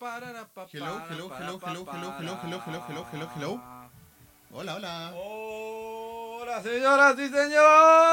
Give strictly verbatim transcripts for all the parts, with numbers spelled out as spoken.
Hello, hello, hello, hello, hello, hello, hello, hello, hello, hello, hello. Hola, hola. Hola, señoras y señores.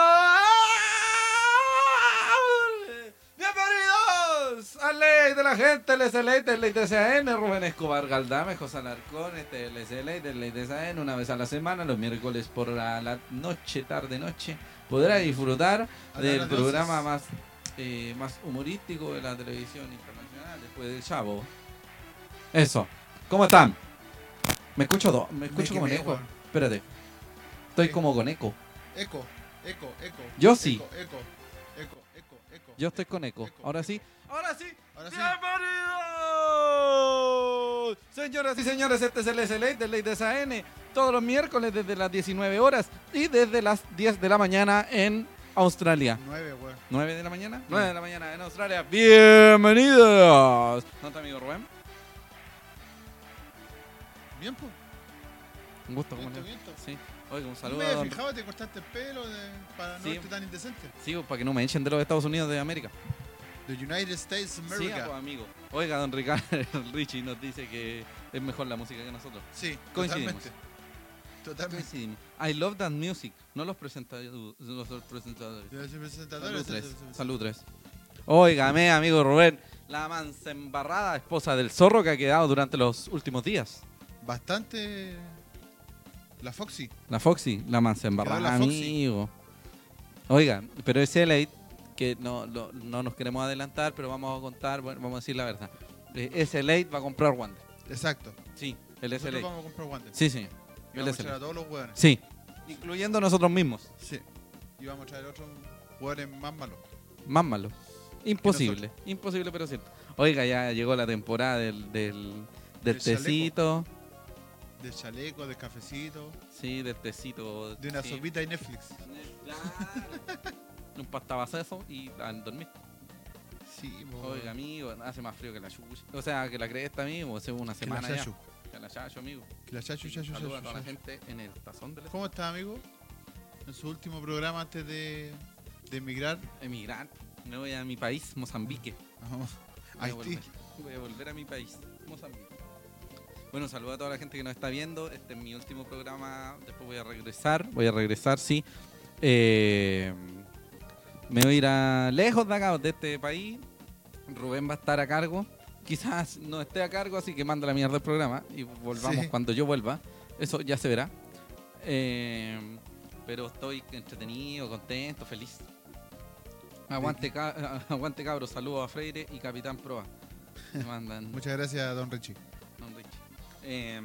Bienvenidos a Ley de la Gente, L S Ley del Ley de S A N, Rubén Escobar Galdame, José Alarcón, este L S Ley del Ley de S A N, una vez a la semana, los miércoles por la, la noche, tarde, noche, podrá disfrutar del programa más, eh, más humorístico de la televisión internacional después del Chavo. Eso. ¿Cómo están? Me escucho dos, me escucho Me como en quemé, eco. weón. Espérate. Estoy ¿Qué? como con eco. Eco, eco, eco. Yo sí. Eco, eco, eco, eco, eco. Yo estoy con eco. Eco, Ahora sí. eco. Ahora sí. Ahora sí. ¡Bienvenidos! Señoras y señores, este es el S L del Ley de S A N. Todos los miércoles desde las diecinueve horas y desde las diez de la mañana en Australia. Nueve, weón. ¿nueve de la mañana? nueve de la mañana en Australia. Bienvenidos. ¿No está amigo Rubén? Bien, pues. Un gusto. ¿Cómo Viento, le- viento. Sí. Oiga, un No saludo me a había don... fijado, te cortaste el pelo de- para no Sí. verte tan indecente. Sí, para que no me echen de los Estados Unidos de América. The United States of Sí, America. pues, amigo. Oiga, don Ricardo Richie nos dice que es mejor la música que nosotros. Sí, Coincidimos. totalmente. Totalmente. Coincidimos. I love that music. No los presentadores. Los presentadores. Yo soy Salud presentador. tres. Salud tres. Óigame, amigo Rubén. La mansa embarrada esposa del zorro que ha quedado durante los últimos días. Bastante. La Foxy. La Foxy, la mansa Quedó embarrada, la Foxy. amigo. Oiga, pero ese late que no, lo- no nos queremos adelantar, pero vamos a contar, bueno, vamos a decir la verdad. Eh, ese late va a comprar Wander. Exacto. Sí, el S Nosotros L A. vamos a comprar guantes. Sí, sí. Y El vamos a S L echar A. a todos los hueones. Sí. Incluyendo nosotros mismos. Sí. Y vamos a traer otros hueones más malos. Más malo. Imposible. Imposible, pero cierto. Oiga, ya llegó la temporada del, del, del Del chaleco. tecito. De chaleco, de cafecito, Sí, del tecito. de una sí. sopita y Netflix. Claro. Un pastabazazo y a dormir. Sí, po. Oiga, amigo, hace más frío que la chucha. O sea, que la cresta, amigo. Hace una Que la semana ya. chachu. Que la chacho, amigo. Que la chachu, chachu, Saluda a chachu, toda la chachu. gente en el tazón del ¿Cómo está, amigo? En su último programa antes de, de emigrar. emigrante. Me voy a mi país, Mozambique. Vamos. Voy a, Haití. volver, voy a volver a mi país, Mozambique. Bueno, saludo a toda la gente que nos está viendo. Este es mi último programa. Después voy a regresar. Voy a regresar, sí. Eh, me voy a ir a lejos de acá, de este país. Rubén va a estar a cargo. Quizás no esté a cargo, así que manda la mierda del programa. Y volvamos Sí. cuando yo vuelva. Eso ya se verá. Eh, pero estoy entretenido, contento, feliz. Aguante, ca- aguante cabros. Saludos a Freire y Capitán Proa. Me mandan. Muchas gracias, don Richie. Don Richie. Eh,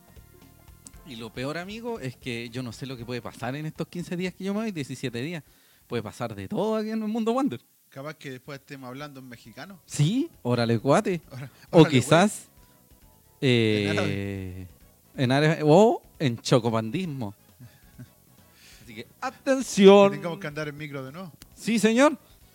y lo peor, amigo, es que yo no sé lo que puede pasar en estos quince días que yo me voy, diecisiete días. Puede pasar de todo aquí en el mundo Wander. Capaz que después estemos hablando en mexicano. Sí, órale, cuate. Ahora- O órale, quizás eh, En árabe. en árabe o en chocopandismo. Así que güey. atención. Que tengamos que andar en micro de nuevo. Sí, señor.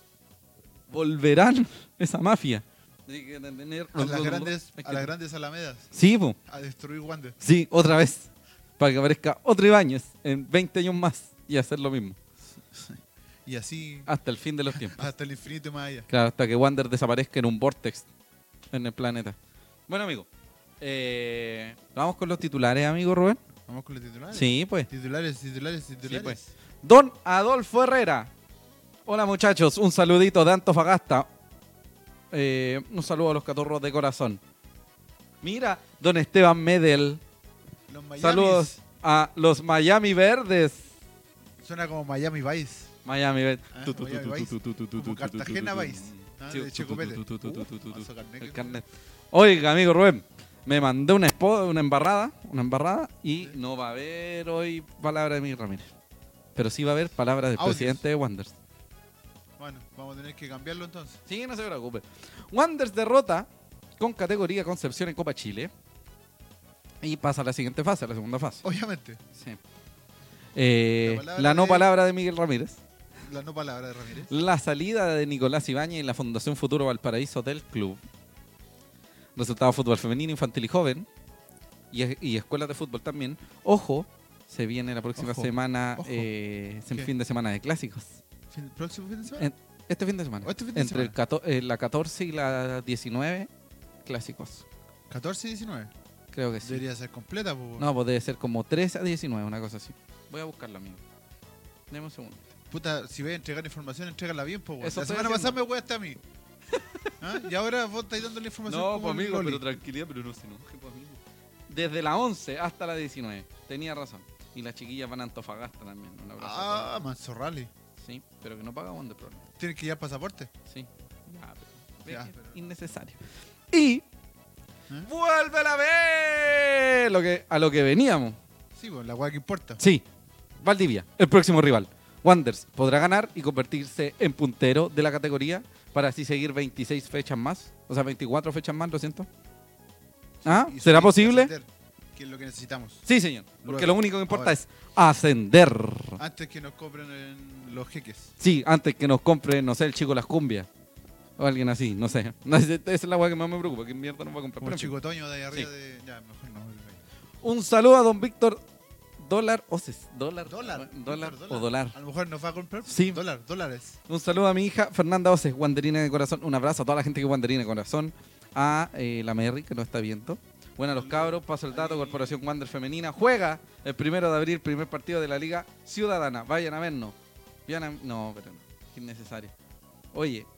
Volverán esa mafia. Así que tener- A las grandes, Es a que- las grandes alamedas. Sí, po. A destruir Wander. Sí, otra vez. Para que aparezca otro Ibáñez en veinte años más y hacer lo mismo. Y así Hasta el fin de los tiempos. hasta el infinito y más allá. Claro, hasta que Wander desaparezca en un vortex en el planeta. Bueno, amigo. eh, Vamos con los titulares, amigo Rubén. Vamos con los titulares. Sí, pues. Titulares, titulares, titulares. pues. Don Adolfo Herrera. Hola, muchachos. Un saludito de Antofagasta. Eh, un saludo a los catorros de corazón. Mira, don Esteban Medel. Los Miamis. Saludos a los Miami Verdes. Suena como Miami Vice. Miami Verdes. Ah, Miami Vice. Como Cartagena Vice. Ah, Sí, de Checopete. tu, tu, tu, tu, Uh, tu, tu, tu. mazo carnet El que- carnet. Oiga, amigo Rubén, me mandé una, espo- una embarrada, una embarrada y Sí. no va a haber hoy palabra de Miguel Ramírez. Pero sí va a haber palabras del Audios. presidente de Wanderers. Bueno, vamos a tener que cambiarlo entonces. Sí, no se preocupe. Wanderers derrota con categoría Concepción en Copa Chile y pasa a la siguiente fase, a la segunda fase. Obviamente. Sí. Eh, La palabra la no de- palabra de Miguel Ramírez. La no palabra de Ramírez. La salida de Nicolás Ibáñez y la Fundación Futuro Valparaíso del club. Resultado fútbol femenino, infantil y joven. Y, y escuelas de fútbol también. Ojo, se viene la próxima Ojo, semana, ojo. eh, sin ¿Qué? fin de semana de clásicos. Fin- ¿Próximo fin de semana? En- este fin de semana. ¿O este fin de Entre el semana? cato- eh, la catorce y la diecinueve, clásicos. catorce y diecinueve. Creo que sí. Debería ser completa, pues. No, pues debe ser como trece a diecinueve, una cosa así. Voy a buscarlo, amigo. Deme un segundo. Puta, si voy a entregar información, entrégala bien, pues. Eso La estoy semana pasada haciendo. me hueaste a mí. ¿Ah? Y ahora vos estáis dando la información. No, como pues el amigo, Loli. pero tranquilidad, pero no se enoje, pues amigo. Desde la once hasta la diecinueve. Tenía razón. Y las chiquillas van a Antofagasta también. Un abrazo a Ah, Manso Rally. todas. Sí, pero que no pagamos de problema. Tienes que llevar pasaporte. Sí. Ya, pero, Ya, ve que pero- innecesario. Y ¿Eh? vuelve a ver lo que, a lo que veníamos. Sí, pues la weá que importa. Sí, Valdivia, el próximo rival. Wanderers podrá ganar y convertirse en puntero de la categoría para así seguir veintiséis fechas más. O sea, veinticuatro fechas más, lo siento. ¿Ah? Y ¿Será subir y posible? ascender, que es lo que necesitamos. Sí, señor. Porque Luego, lo único que importa ahora. es ascender. Antes que nos cobren en los jeques. Sí, antes que nos compre, no sé, el chico Las Cumbias. O alguien así, no sé. No, esa es la weá que más me preocupa. ¿Qué mierda nos va a comprar? Como Pero el en fin. chico Toño de ahí arriba Sí. de. Ya, mejor no. Un saludo a don Víctor Dólar Oces. ¿Dólar? Dólar. ¿Dólar Víctor, o dólar? A lo mejor nos va a comprar. Sí. Dólar, dólares. Un saludo a mi hija Fernanda Oces, Wanderina de corazón. Un abrazo a toda la gente que es Wanderina de corazón. A eh, la Merry, que nos está viendo. Bueno, a los cabros, paso el dato, Ahí. Corporación Wander Femenina. Juega el primero de abril, primer partido de la Liga Ciudadana. Vayan a vernos. Vayan a- No, pero no. Es innecesario. Oye.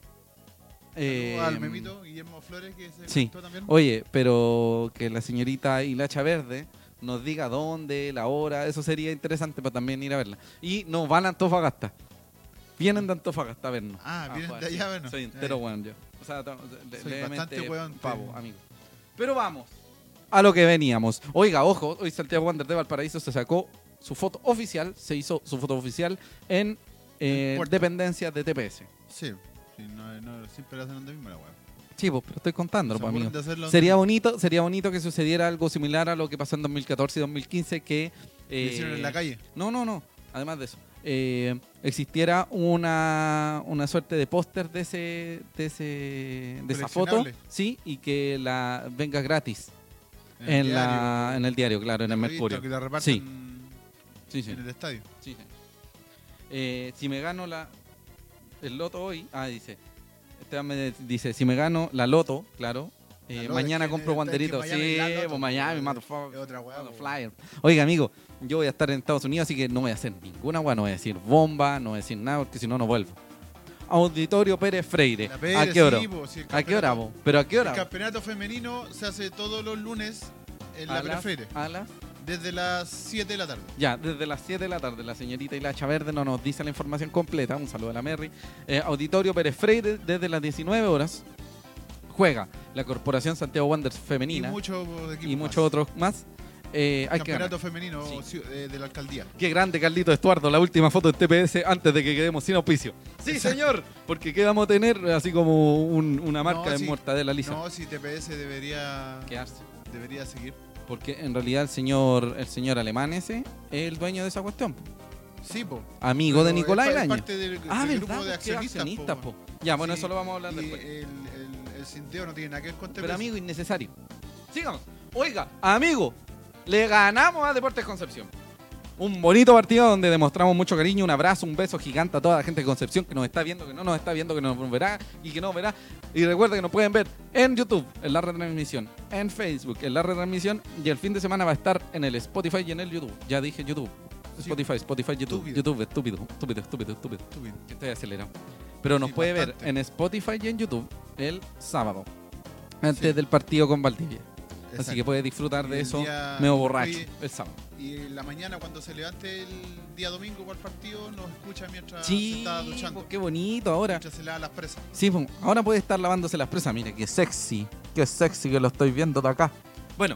eh, Saludos al memito Guillermo Flores, que se sí. conectó también. Oye, pero que la señorita Hilacha Verde nos diga dónde, la hora, eso sería interesante para también ir a verla. Y nos van a Antofagasta. Vienen de Antofagasta a vernos. Ah, vienen joder, de allá a sí. vernos. Soy Ya, entero ya. weón yo. O sea, to- le- Soy levemente bastante weón, te- pavo, amigo. Pero vamos a lo que veníamos. Oiga, ojo, hoy Santiago Wander de Valparaíso se sacó su foto oficial, se hizo su foto oficial en eh, En Puerto. dependencias de T P S. Sí, sí no, no, siempre lo hacen donde mismo la weá. Sí, pues, pero estoy contándolo, Se pues, aburren amigo. de hacerlo Sería donde- bonito, sería bonito que sucediera algo similar a lo que pasó en dos mil catorce y dos mil quince, que... lo eh, hicieron en la calle. No, no, no. Además de eso, eh, existiera una, una suerte de póster de ese, de ese, de esa foto, Coleccionable. sí, y que la venga gratis el en, la, diario, en el diario, claro, en el la revista, Mercurio. Que la reparten Sí. Sí, sí. en el estadio. Sí, sí. Eh, si me gano la el loto hoy, ah, dice, Esteban me dice, si me gano la loto, claro, eh, La loto, mañana es que compro en- guanderito. es que en Miami Sí, la loto, pues Miami, es- motherfucker. es otra weá, Flyer. Oiga, amigo, yo voy a estar en Estados Unidos, así que no voy a hacer ninguna weá, no voy a decir bomba, no voy a decir nada, porque si no, no vuelvo. Auditorio Pérez Freire. La ¿A Pérez, qué hora? sí, po, sí, el ¿A qué hora, campeonato- vos? ¿Pero a qué hora? El campeonato femenino se hace todos los lunes en la A Pérez las- Freire. a las- Desde las siete de la tarde. Ya, desde las siete de la tarde, la señorita Hilacha Verde no nos dice la información completa. Un saludo a la Merry. Eh, Auditorio Pérez Freire, desde las diecinueve horas, juega la Corporación Santiago Wanderers Femenina Y muchos equipos y muchos más. otros más. Eh, hay que ganar. Campeonato femenino Sí. ciu- eh, de la alcaldía. Qué grande, Carlito Estuardo, la última foto en T P S antes de que quedemos sin auspicio. Sí, Exacto. señor, porque ¿qué vamos a tener? Así como un- una marca No, de sí. mortadela lisa. No, si T P S debería Quedarse. debería seguir. Porque en realidad el señor el señor alemán ese es el dueño de esa cuestión. po. Sí, po. Amigo de Pero Nicolás es pa- es Ilañez. parte del, Ah, del ¿verdad? grupo de Porque accionistas. accionistas, po. po. Ya, bueno, Sí, eso lo vamos a hablar y después. El, el, el Sinteo no tiene nada que ver con T P S. Pero amigo, innecesario. Sigamos. Oiga, amigo, le ganamos a Deportes Concepción. Un bonito partido donde demostramos mucho cariño, un abrazo, un beso gigante a toda la gente de Concepción que nos está viendo, que no nos está viendo, que nos verá y que no verá. Y recuerda que nos pueden ver en YouTube, en la retransmisión, en Facebook, en la retransmisión, y el fin de semana va a estar en el Spotify y en el YouTube. Ya dije YouTube. Sí. Spotify, Spotify, YouTube. Estúpido. YouTube, estúpido, estúpido, estúpido, estúpido. Estúpido. Que estoy acelerado. Pero nos Sí, puede bastante. ver en Spotify y en YouTube el sábado, antes Sí. del partido con Valdivia. Así Exacto. que puede disfrutar Y de el eso día- medio borracho oye, el sábado. Y en la mañana cuando se levante el día domingo para el partido nos escucha mientras se Sí, está duchando. pues, qué bonito ahora. Mientras se lava las presas. Sí, pues, ahora puede estar lavándose las presas. Mire, qué sexy. Qué sexy que lo estoy viendo de acá. Bueno.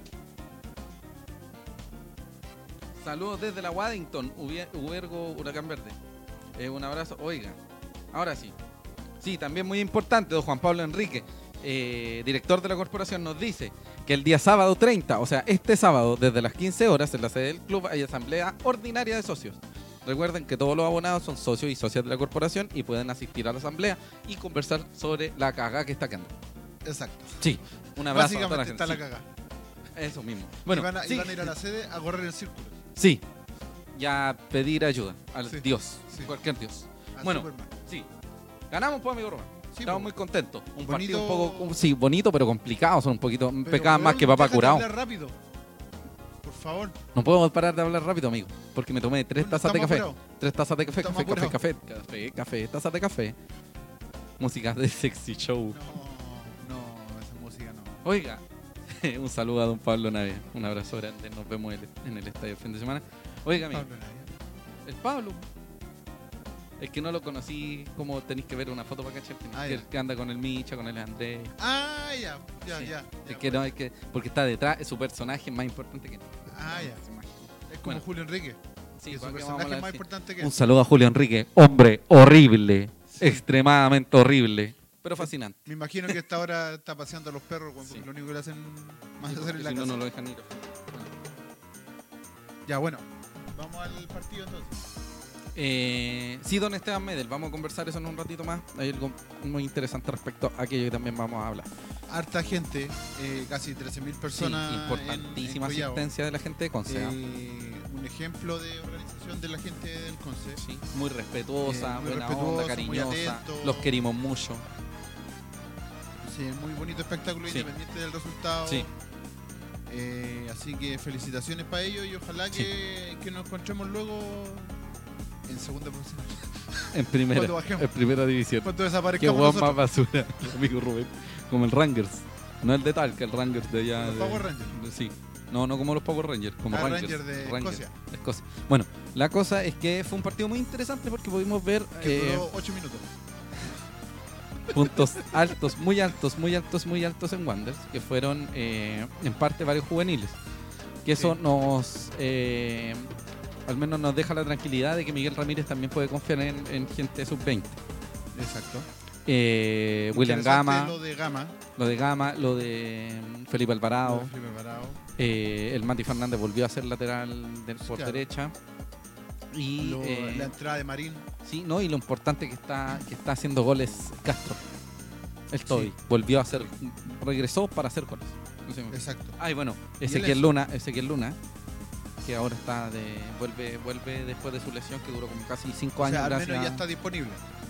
Saludos desde la Waddington, Ubie- Ubergo, Huracán Verde. Eh, un abrazo. Oiga, ahora sí. Sí, también muy importante, don Juan Pablo Enrique, eh, director de la corporación, nos dice que el día sábado treinta, o sea, este sábado, desde las quince horas, en la sede del club hay asamblea ordinaria de socios. Recuerden que todos los abonados son socios y socias de la corporación y pueden asistir a la asamblea y conversar sobre la cagada que está quedando. Exacto. Sí, un abrazo a toda la Básicamente gente. está la Sí, cagada. eso mismo. Bueno, y, van a, y sí, van a ir a la sede a correr en círculos. sí, ya pedir ayuda al Sí, Dios, sí. cualquier Dios. A Bueno. Superman. Sí, ganamos pues, amigo Román. Estamos po. muy contentos. Un Bonito. partido un poco, un- sí, bonito, pero complicado. Son un poquito, Pero, pecaban más weón, que papá déjate curado. hablar rápido. Por favor. No puedo parar de hablar rápido, amigo, porque me tomé tres Bueno, tazas de estamos café. apurados. Tres tazas de café, Estamos café, café, apurados. café, café, café, tazas de café. Música de sexy show. No, no, esa música no. Oiga, un saludo a don Pablo Navia. Un abrazo grande. Nos vemos en el, en el estadio el fin de semana. Oiga, amigo, Pablo Navia. el Pablo. Es que no lo conocí, como tenéis que ver una foto para cachar. Ah, que, ya. que anda con el Micha, con el Andrés. Ah, ya, ya, Sí. ya. Es ya, que no, es que, porque está detrás, es su personaje más importante que Ah, ya. se imagina. Es como Bueno. Julio Enrique. Sí, que su ¿para qué vamos a personaje hablar es más así? importante que Un él. saludo a Julio Enrique, hombre horrible, Sí. extremadamente horrible, pero fascinante. Me imagino que esta hora está paseando a los perros cuando Sí. lo único que le hacen más Sí, hacer porque en la si no, casa. no lo dejan ir. Ya, bueno. Vamos al partido entonces. Eh, sí, don Esteban Medel, vamos a conversar eso en un ratito más. Hay algo muy interesante respecto a aquello que también vamos a hablar. Harta gente, eh, casi trece mil Sí, personas. importantísima en, en Collao. asistencia de la gente de Conce. ¿ah? Eh, un ejemplo de organización de la gente del Conce. Sí, muy respetuosa, Eh, muy buena respetuoso, onda, muy cariñosa. atento. Los querimos mucho. Sí, muy bonito espectáculo Sí. independiente del resultado. Sí. Eh, así que felicitaciones para ellos y ojalá que, que nos encontremos luego en segunda profesional. En primera, Cuando bajemos. en primera división. Cuando Qué desaparezcamos guau más nosotros. basura, amigo Rubén. Como el Rangers. No el de Talca, el Rangers de allá. Los de- Power Rangers. de- sí. No, no como los Power Rangers, como Ah, Rangers. Ranger de Rangers, Escocia. de Escocia. Bueno, la cosa es que fue un partido muy interesante porque pudimos ver Que eh, duró ocho minutos. puntos altos, muy altos, muy altos, muy altos en Wanderers, que fueron eh, en parte varios juveniles. Que eso Sí. nos, eh, al menos nos deja la tranquilidad de que Miguel Ramírez también puede confiar en, en gente sub veinte. Exacto. Eh, William Interesante Gama, Lo de Gama. lo de Gama, lo de mm, Felipe lo Alvarado, de Felipe Alvarado. eh, el Mati Fernández volvió a ser lateral del, por Claro. derecha. Y Lo- eh, la entrada de Marín. sí, no, y lo importante que está que está haciendo goles Castro. El Sí. Toby volvió a hacer, regresó para hacer goles. No sé. Exacto. Ay, bueno, el Ezequiel Enzo. Luna, Ezequiel Luna, que ahora está de vuelve vuelve después de su lesión que duró como casi cinco O años sea, al gracias. menos ya está disponible.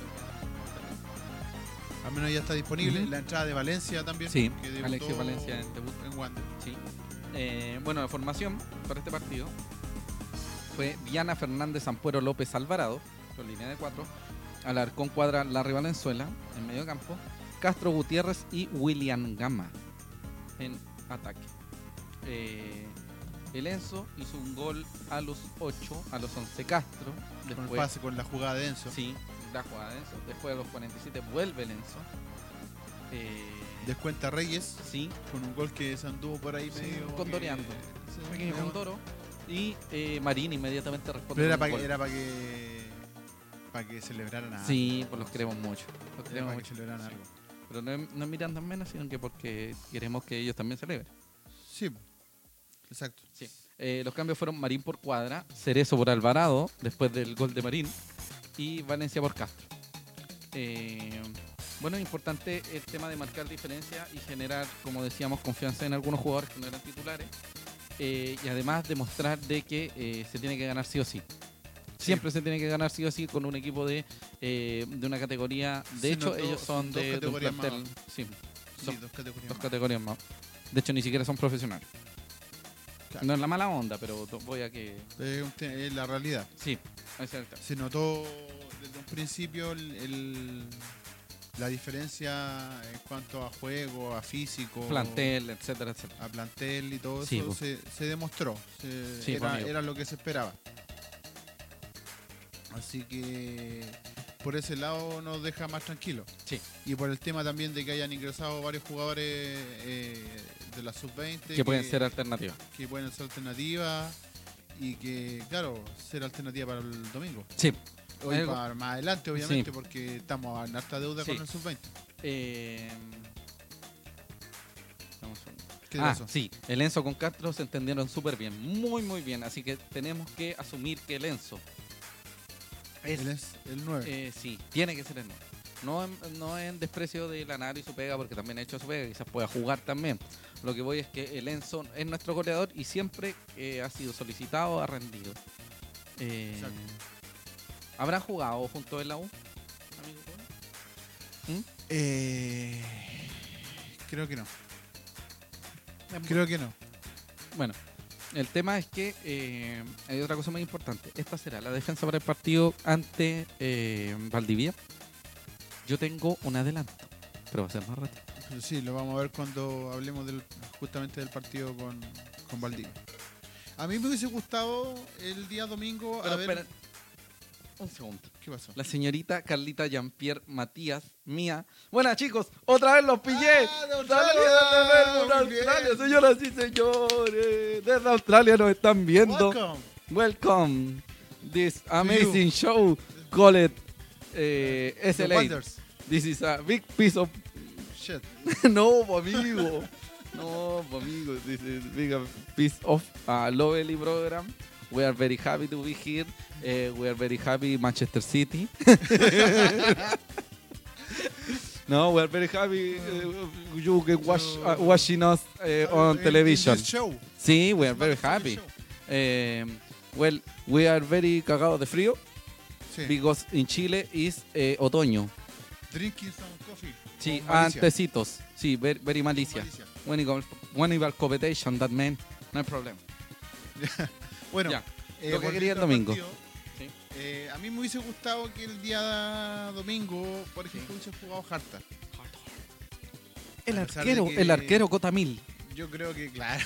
Al menos ya está disponible. Ujú. La entrada de Valencia también. Sí, que debutó Alexis Valencia en debut. en Wander. Sí. Eh, bueno, la formación para este partido fue Viana Fernández Ampuero López Alvarado, con línea de cuatro. Alarcón Cuadra Larry Valenzuela en medio campo. Castro Gutiérrez y William Gama en ataque. Eh, el Enzo hizo un gol a los ocho, a los once Castro. Con el Después, pase, con la jugada de Enzo. sí, la jugada de Enzo. Después a los cuarenta y siete vuelve el Enzo. Eh, Descuenta Reyes sí, con un gol que se anduvo por ahí Sí, medio. condoreando. que- sí, pequeño medio- Condoro. Y eh, Marín inmediatamente responde. Pero era con un para gol. que, era para que. Para que celebraran algo. Sí, pues los queremos mucho. Los Era queremos para que mucho. celebraran Sí. algo. Pero no, es- no es mirando en menos, sino que porque queremos que ellos también celebren. Sí, exacto. Sí. Eh, los cambios fueron Marín por Cuadra, Cerezo por Alvarado, después del gol de Marín, y Valencia por Castro. Eh, bueno, importante el tema de marcar diferencia y generar, como decíamos, confianza en algunos jugadores que no eran titulares. Eh, y además demostrar de que eh, se tiene que ganar sí o sí. Siempre se tiene que ganar sí o sí con un equipo de, eh, de una categoría. De Se hecho, notó- ellos son dos de, de un categorías más plantel. Sí, Sí, Dos- dos categorías. dos más. categorías más. De hecho, ni siquiera son profesionales. Claro. No es la mala onda, pero to- voy a que. Es, un te- es la realidad. Sí, ese es el tema. Se notó desde un principio el, el- la diferencia en cuanto a juego, a físico, Plantel, etcétera, etcétera. a plantel y todo Sí, eso po. se, se demostró. Se- Sí, po, era, amigo. era lo que se esperaba. Así que por ese lado nos deja más tranquilos. Sí. Y por el tema también de que hayan ingresado varios jugadores eh, de la sub veinte Que pueden ser alternativas. que pueden ser alternativas y que, claro, ser alternativa para el domingo. Sí. O Hay y algo- para más adelante, obviamente, Sí. porque estamos en harta deuda Sí. con el sub veinte. Eh, vamos a ver. ¿Qué Ah, pasó? sí, el Enzo con Castro se entendieron súper bien, muy muy bien, así que tenemos que asumir que el Enzo es, Él es el nueve. eh, sí, tiene que ser el nueve. No en, no en desprecio de Lanaro y su pega, porque también ha hecho su pega, quizás pueda jugar también. Lo que voy es que el Enzo es nuestro goleador y siempre eh, ha sido solicitado, ha rendido. Eh, Exacto. ¿Habrá jugado junto en la U? amigo Rubén? ¿Mm? Eh, creo que no. Em, Creo que no. Bueno, el tema es que eh, hay otra cosa muy importante. Esta será la defensa para el partido ante eh, Valdivia. Yo tengo un adelanto, pero va a ser más rápido. Pero sí, lo vamos a ver cuando hablemos del, justamente del partido con, con Valdivia. A mí me hubiese gustado el día domingo Pero a ver... espera, un segundo. ¿Qué pasó? La señorita Carlita Jean-Pierre Matías, mía. Buenas chicos, otra vez los pillé. ¡Ah, de Australia! Saludos desde Muy bien. Australia, señoras y señores. Desde Australia nos están viendo. Welcome. Welcome. This amazing show called eh, The S L A. Wonders. This is a big piece of... Shit. no, po, amigo. No, po, amigo. This is a big piece of a lovely program. We are very happy to be here. Uh, we are very happy Manchester City. no, we are very happy uh, you can watch, uh, watching us uh, on In- television. in this show. Sí, we are very This show. happy. Um, well, we are very cagados de frío Sí. because in Chile is eh, otoño. Drinking some coffee. Sí, Con malicia. antecitos. Sí, very, very Con malicia. malicia. When you go, when you are competition, that man, no hay problema. Bueno, Ya, eh, lo que volviendo quería el al domingo. partido, Sí. eh, a mí me hubiese gustado que el día domingo, por ejemplo, hubiese jugado Harta. El A pesar de arquero, que- el arquero Cotamil. Yo creo que, claro.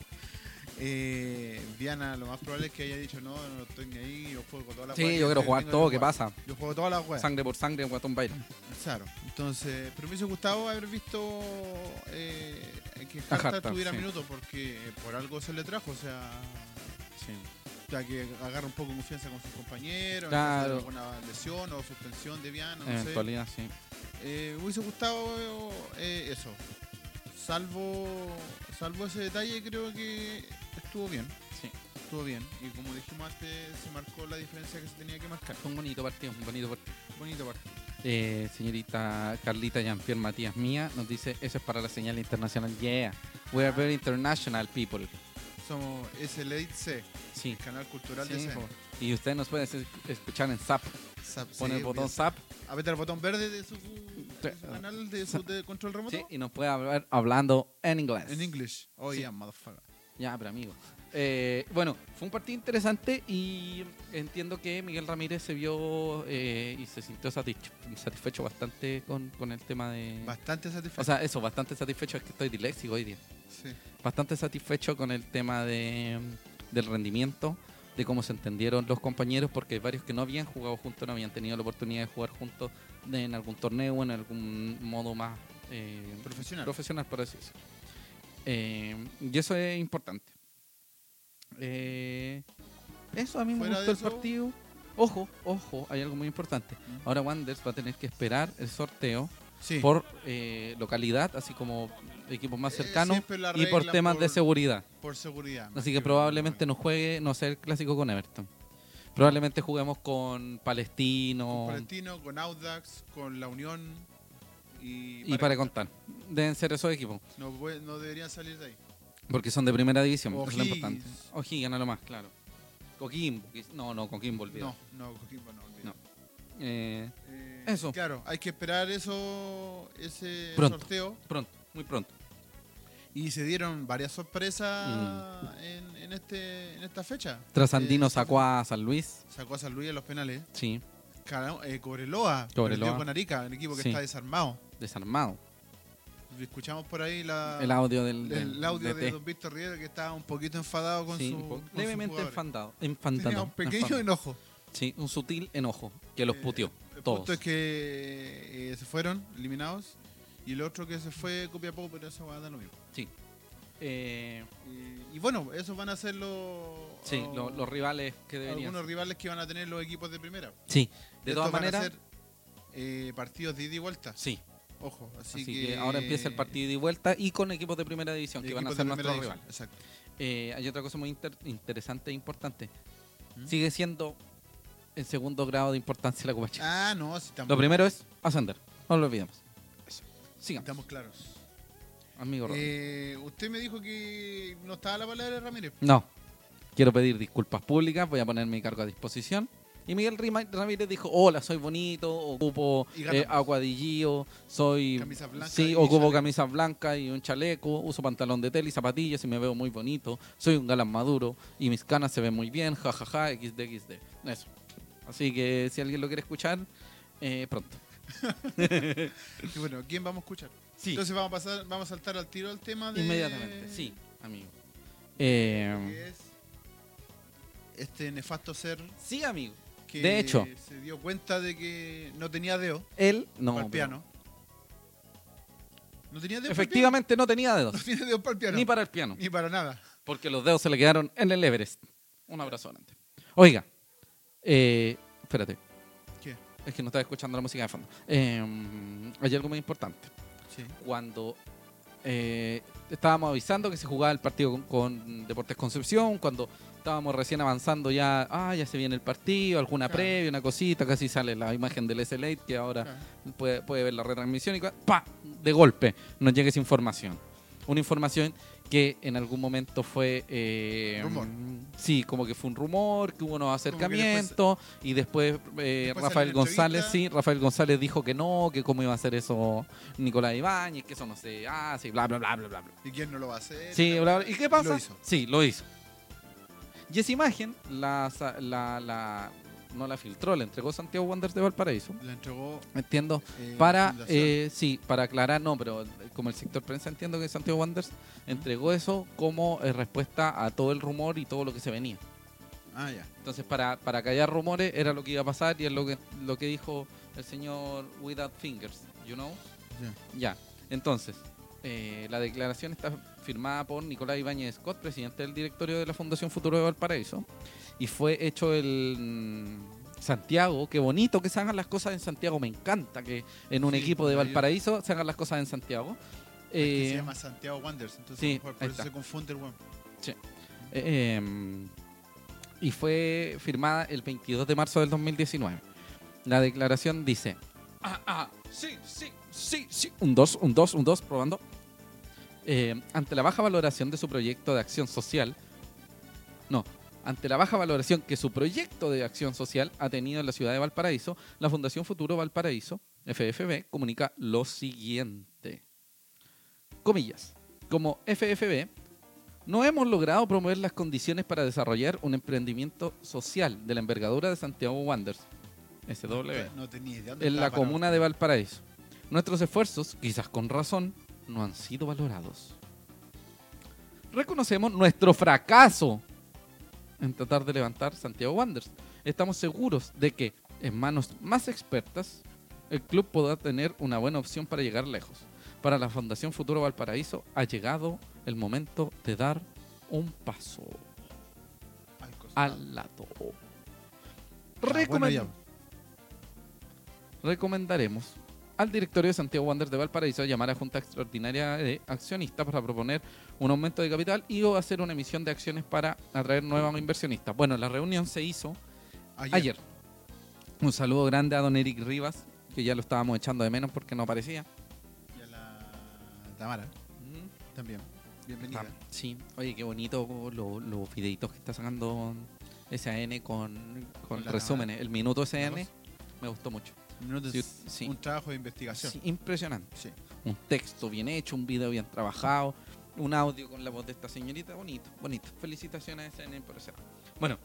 eh, Diana, lo más probable es que haya dicho: No, no estoy ni ahí, yo juego todas las Sí, weas yo que quiero jugar tengo todo, que ¿qué jugar. pasa? Yo juego todas las weas. Sangre por sangre, Guatón Baila. Claro. Entonces, pero me hubiese gustado haber visto eh, que A Harta Harta, tuviera sí. minutos porque por algo se le trajo, o sea, ya que agarra un poco de confianza con sus compañeros, Claro. en caso de alguna lesión o suspensión de Viana, no sé. Eventualidad, sí. Eh, me hubiese gustado eh, eso. Salvo salvo ese detalle, creo que estuvo bien. Sí. Estuvo bien. Y como dijimos antes, se marcó la diferencia que se tenía que marcar. Fue un bonito partido, un bonito partido. Bonito partido. Eh, señorita Carlita Jean-Pierre Matías Mía nos dice, eso es para la señal internacional. Yeah, we are very international people. Somos S L A C, Sí. el canal cultural Sí, de C N. po. Y ustedes nos pueden es- escuchar en Zap. Zap, Pone sí, el botón bien. Zap. Aprieta el botón verde de su, de su canal de, su, de control remoto. Sí, y nos puede hablar hablando en inglés. En English. Oh, Sí. yeah, motherfucker. Ya, pero amigo. Eh, bueno, fue un partido interesante y entiendo que Miguel Ramírez se vio eh, y se sintió satisfecho, satisfecho bastante con, con el tema de... Bastante satisfecho. O sea, eso, bastante satisfecho, es que estoy disléxico hoy día. sí. Bastante satisfecho con el tema de, del rendimiento, de cómo se entendieron los compañeros, porque hay varios que no habían jugado juntos, no habían tenido la oportunidad de jugar juntos de- en algún torneo o en algún modo más eh, Profesional. profesional, por así decirlo. Eh, y eso es importante. Eh, eso a mí me Fuera gustó de el eso- partido. Ojo, ojo, hay algo muy importante. Mm. Ahora Wanderers va a tener que esperar el sorteo Sí. por eh, localidad, así como equipos más Eh, cercanos siempre la y por regla temas de por- seguridad. Por seguridad. más Así que por- probablemente no juegue, no sea el clásico con Everton. Probablemente juguemos con Palestino Con Palestino, con Audax, con La Unión y, y para contar. Deben ser esos equipos, No, puede- no deberían salir de ahí. porque son de primera división. Eso es lo O'Higgins. importante. O'Higgins a lo más, claro. Coquimbo. que- No, no, Coquimbo olvidó. No, no, Coquimbo no. olvida. No. Eh, Eh, Eso. Claro, hay que esperar eso, ese Pronto. sorteo. pronto, muy pronto. Y se dieron varias sorpresas Mm. en, en, este, en esta fecha. Trasandino Eh, sacó a San Luis. Sacó a San Luis en los penales. Sí, Cara- eh, Cobreloa, Cobreloa. perdió con Arica, un equipo que Sí. está desarmado. desarmado. Escuchamos por ahí la, El audio del, el del audio D de T. Don Víctor Riera, que estaba un poquito enfadado con Sí, su un poco- con sus levemente jugadores. enfadado. Enfantado. Tenía un pequeño enfadado. enojo. Sí, un sutil enojo que los Eh, puteó. El todos. punto es que eh, se fueron eliminados y el otro que se fue Copiapó, pero eso va a dar lo mismo. Sí. Eh, Y, y bueno, esos van a ser los, sí, oh, lo- los rivales que deberían algunos ser. rivales que van a tener los equipos de primera. Sí, de Estos todas van a maneras, ser, eh, partidos de ida y vuelta. sí. Ojo, así, Así, que, ahora empieza el partido de ida y vuelta y con equipos de primera división de que van a equipos ser de nuestros primera rivales. división, Exacto. Eh, hay otra cosa muy inter- interesante e importante. ¿Mm? Sigue siendo el segundo grado de importancia la Copa Chile. Ah, no, si estamos, Lo primero es ascender. No lo olvidemos. Eso. Sigamos. estamos claros. Amigo Ron. Eh, usted me dijo que no estaba la palabra de Ramírez. No. Quiero pedir disculpas públicas. Voy a poner mi cargo a disposición. Y Miguel Rima- Ramírez dijo, hola, soy bonito, ocupo Y ganamos. eh, agua de Gio, soy... Camisas blancas Sí, y ocupo chaleco. camisas blancas y un chaleco, uso pantalón de tela y zapatillas y me veo muy bonito, soy un galán maduro y mis canas se ven muy bien, jajaja, equis de equis de. Eso. Así que si alguien lo quiere escuchar, eh, pronto. Y bueno, ¿quién vamos a escuchar? Sí. Entonces vamos a pasar, vamos a saltar al tiro al tema de... Inmediatamente, sí, amigo. Eh, que es este nefasto ser sí, amigo. que De hecho. se dio cuenta de que no tenía dedo Él, no. para el pero- piano. No tenía dedo Efectivamente no tenía para el dedos, piano. No tenía dedo para el piano. ni para el piano, Ni para nada. porque los dedos se le quedaron en el Everest. Un abrazo grande. Oiga, eh, espérate, ¿Qué? es que no estaba escuchando la música de fondo. Eh, hay algo muy importante. Sí. Cuando eh, estábamos avisando que se jugaba el partido con, con Deportes Concepción, cuando estábamos recién avanzando ya, ah, ya se viene el partido, alguna Claro. previa, una cosita, casi sale la imagen del S L A que ahora Claro. puede, puede ver la retransmisión y cua- ¡pa! De golpe nos llega esa información. Una información que en algún momento fue... eh, Rumor. Sí, como que fue un rumor, que hubo unos que después- acercamientos y después, eh, Después Rafael salió la González, entrevista. sí, Rafael González dijo que no, que cómo iba a hacer eso Nicolás Ibáñez, que eso no se hace, bla, bla, bla, bla, bla. bla. ¿Y quién no lo va a hacer? Sí, bla, bla. ¿Y qué pasa? Lo hizo. Sí, lo hizo. Y esa imagen la, sa- la, la- no la filtró, la entregó Santiago Wanderers de Valparaíso. La entregó Entiendo. eh, Para, Fundación. eh, sí, para aclarar, no, pero como el sector prensa entiendo que Santiago Wanderers entregó eso como eh, respuesta a todo el rumor y todo lo que se venía. Ah, ya. Entonces, para, para callar rumores era lo que iba a pasar y es lo que, lo que dijo el señor Without Fingers, you know? Ya. Ya, entonces, eh, la declaración está firmada por Nicolás Ibáñez Scott, presidente del directorio de la Fundación Futuro de Valparaíso, y fue hecho el mm, Santiago. Qué bonito que se hagan las cosas en Santiago, me encanta que en un Sí, equipo de ahí- Valparaíso se hagan las cosas en Santiago. Es que Eh, se llama Santiago Wanderers, entonces sí, a lo mejor por ahí eso está. se confunde el weón. eh, em, y fue firmada el veintidós de marzo del dos mil diecinueve. La declaración dice: ah, ah, sí, sí, sí, sí. Un dos, un dos, un dos, probando. Eh, ante la baja valoración de su proyecto de acción social, no, ante la baja valoración que su proyecto de acción social ha tenido en la ciudad de Valparaíso, la Fundación Futuro Valparaíso, F F B, comunica lo siguiente. Comillas. Como F F B, no hemos logrado promover las condiciones para desarrollar un emprendimiento social de la envergadura de Santiago Wanderers, S W, No tenía idea dónde en la estaba parado. comuna de Valparaíso. Nuestros esfuerzos, quizás con razón, no han sido valorados. Reconocemos nuestro fracaso en tratar de levantar Santiago Wanderers. Estamos seguros de que en manos más expertas el club podrá tener una buena opción para llegar lejos. Para la Fundación Futuro Valparaíso ha llegado el momento de dar un paso Al costado. al lado. Ah, bueno, Recomend- ya. Recomendaremos al directorio de Santiago Wanderers de Valparaíso llamar a Junta Extraordinaria de Accionistas para proponer un aumento de capital y o hacer una emisión de acciones para atraer nuevos inversionistas. Bueno, la reunión se hizo Ayer. ayer. Un saludo grande a don Eric Rivas, que ya lo estábamos echando de menos porque no aparecía. Y a la Tamara también. Bienvenida. Ah, sí, oye, qué bonito lo- los videitos que está sacando S A N con, con Con la resúmenes. El minuto S A N La voz. me gustó mucho. Minutos, Sí, sí. Un trabajo de investigación. Sí, impresionante. Sí. Un texto bien hecho, un video bien trabajado, un audio con la voz de esta señorita, bonito, bonito. Felicitaciones a S N por eso. Bueno,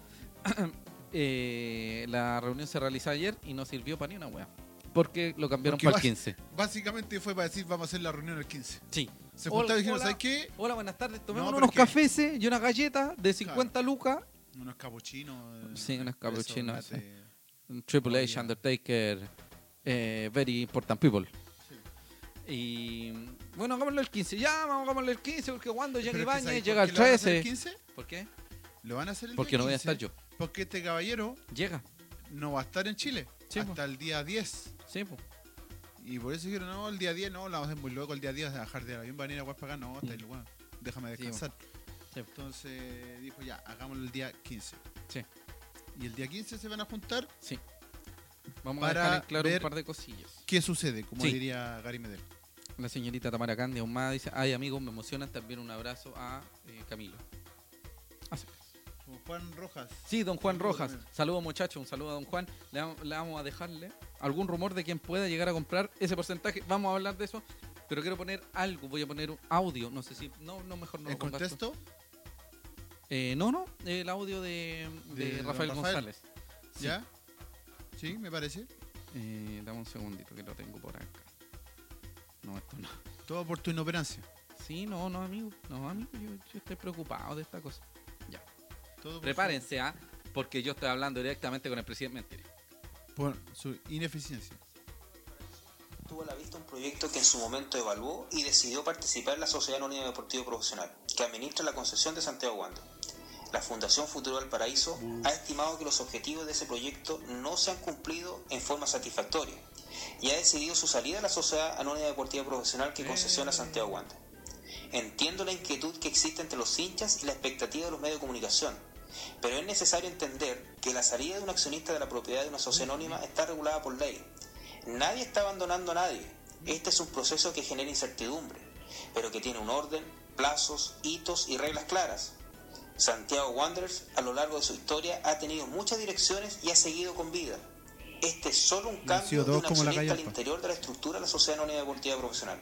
eh, la reunión se realizó ayer y no sirvió para ni una wea. Porque lo cambiaron Porque para el vas- quince. Básicamente fue para decir vamos a hacer la reunión el quince. Sí. Se Hola, juntaron y dijeron, hola. ¿sabes qué? Hola, buenas tardes. Tomemos No, pero unos es que- cafés y unas galletas de cincuenta lucas. Unos capuchinos. eh, Sí, unos expreso, capuchinos, mate. Triple Oh, H, ya. Undertaker, eh, very important people. Y bueno, hagámoslo el quince. Ya, vamos, hagámoslo el quince porque cuando llega Pero es que Ibáñez, ¿sabes llega por el qué lo van a hacer trece. el quince? ¿Por qué? Lo van a hacer el Porque día no voy a quince, estar yo. Porque este caballero Llega. no va a estar en Chile Sí, hasta po. el día diez. Sí, pues. Y por eso dijeron, no, el día diez no, la vamos a hacer muy loco el día diez, a bajar del avión, van a ir a Guas para acá, no, hasta el lugar, déjame descansar. Sí. Entonces dijo, ya, hagámoslo el día quince. Sí. Y el día quince se van a juntar, Sí. Vamos Para a dejar en claro ver- un par de cosillas. ¿qué sucede? Como Sí. diría Gary Medel. La señorita Tamara Candia aún más dice, ay amigos, me emociona también un abrazo a eh, Camilo. Así es. Juan Rojas. Sí, don Juan Saludos Rojas. también. Saludos muchachos, un saludo a don Juan. Le, vam- le vamos a dejarle algún rumor de quien pueda llegar a comprar ese porcentaje. Vamos a hablar de eso, pero quiero poner algo. Voy a poner un audio. No sé si... No, no mejor no ¿En lo pongas tú. contexto? Eh, no, no, el audio de, de De don Rafael, Rafael. González. Sí. ¿Ya? Sí, me parece. Eh, dame un segundito que lo tengo por acá. No, esto no. Todo por tu inoperancia. Sí, no, no, amigo. No, amigo, yo, yo estoy preocupado de esta cosa. Ya. Todo por Prepárense, ¿ah? Porque yo estoy hablando directamente con el presidente. Mentira. Su, por su ineficiencia. Tuvo a la vista un proyecto que en su momento evaluó y decidió participar en la Sociedad Anónima Deportivo Profesional, que administra la concesión de Santiago Wander. La Fundación Futuro Valparaíso ha estimado que los objetivos de ese proyecto no se han cumplido en forma satisfactoria y ha decidido su salida de la Sociedad Anónima Deportiva Profesional que concesiona Santiago Wander. Entiendo la inquietud que existe entre los hinchas y la expectativa de los medios de comunicación, pero es necesario entender que la salida de un accionista de la propiedad de una sociedad anónima está regulada por ley. Nadie está abandonando a nadie. Este es un proceso que genera incertidumbre, pero que tiene un orden, plazos, hitos y reglas claras. Santiago Wanderers, a lo largo de su historia, ha tenido muchas direcciones y ha seguido con vida. Este es solo un Han sido cambio de todos un como la accionista al callampa. interior de la estructura de la Sociedad Anónima Deportiva Profesional.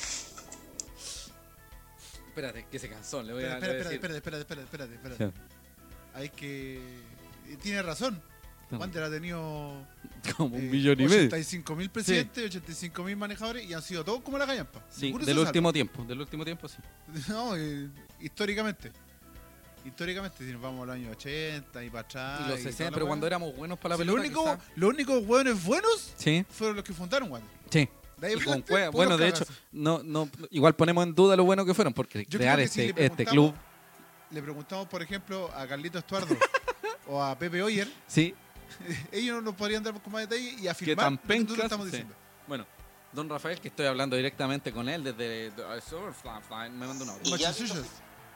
Espérate, que se cansó. Le voy Espera, a, espera, le voy a espera, decir. espérate, espérate, espérate, espérate. Hay que... y Tiene razón. No. Wander ha tenido Como un eh, millón y medio. ochenta y cinco mil presidentes, ochenta y cinco mil manejadores y han sido todos como la callampa. Sí, Ninguno del se último tiempo. Del último tiempo, sí. salva. No, eh, históricamente. Históricamente, si nos vamos a los años ochenta y para atrás. y los toda sesenta, la pero weá. cuando éramos buenos para la Si pelota. lo único, quizá. los únicos hueones buenos Sí, fueron los que fundaron Wander. sí. De ahí Y en con adelante, cue- puros bueno, de hecho, cagazos. no, no, igual ponemos en duda lo bueno que fueron, porque Yo crear creo que si este, le este preguntamos- club, Le preguntamos, por ejemplo, a Carlito Estuardo o a Pepe Oyer, sí, ellos nos podrían dar con más detalle y afirmar tan lo que nosotros pencas, estamos sí. diciendo. Bueno, don Rafael, que estoy hablando directamente con él desde me mandó un audio. Y ya Machas viendo- suyas.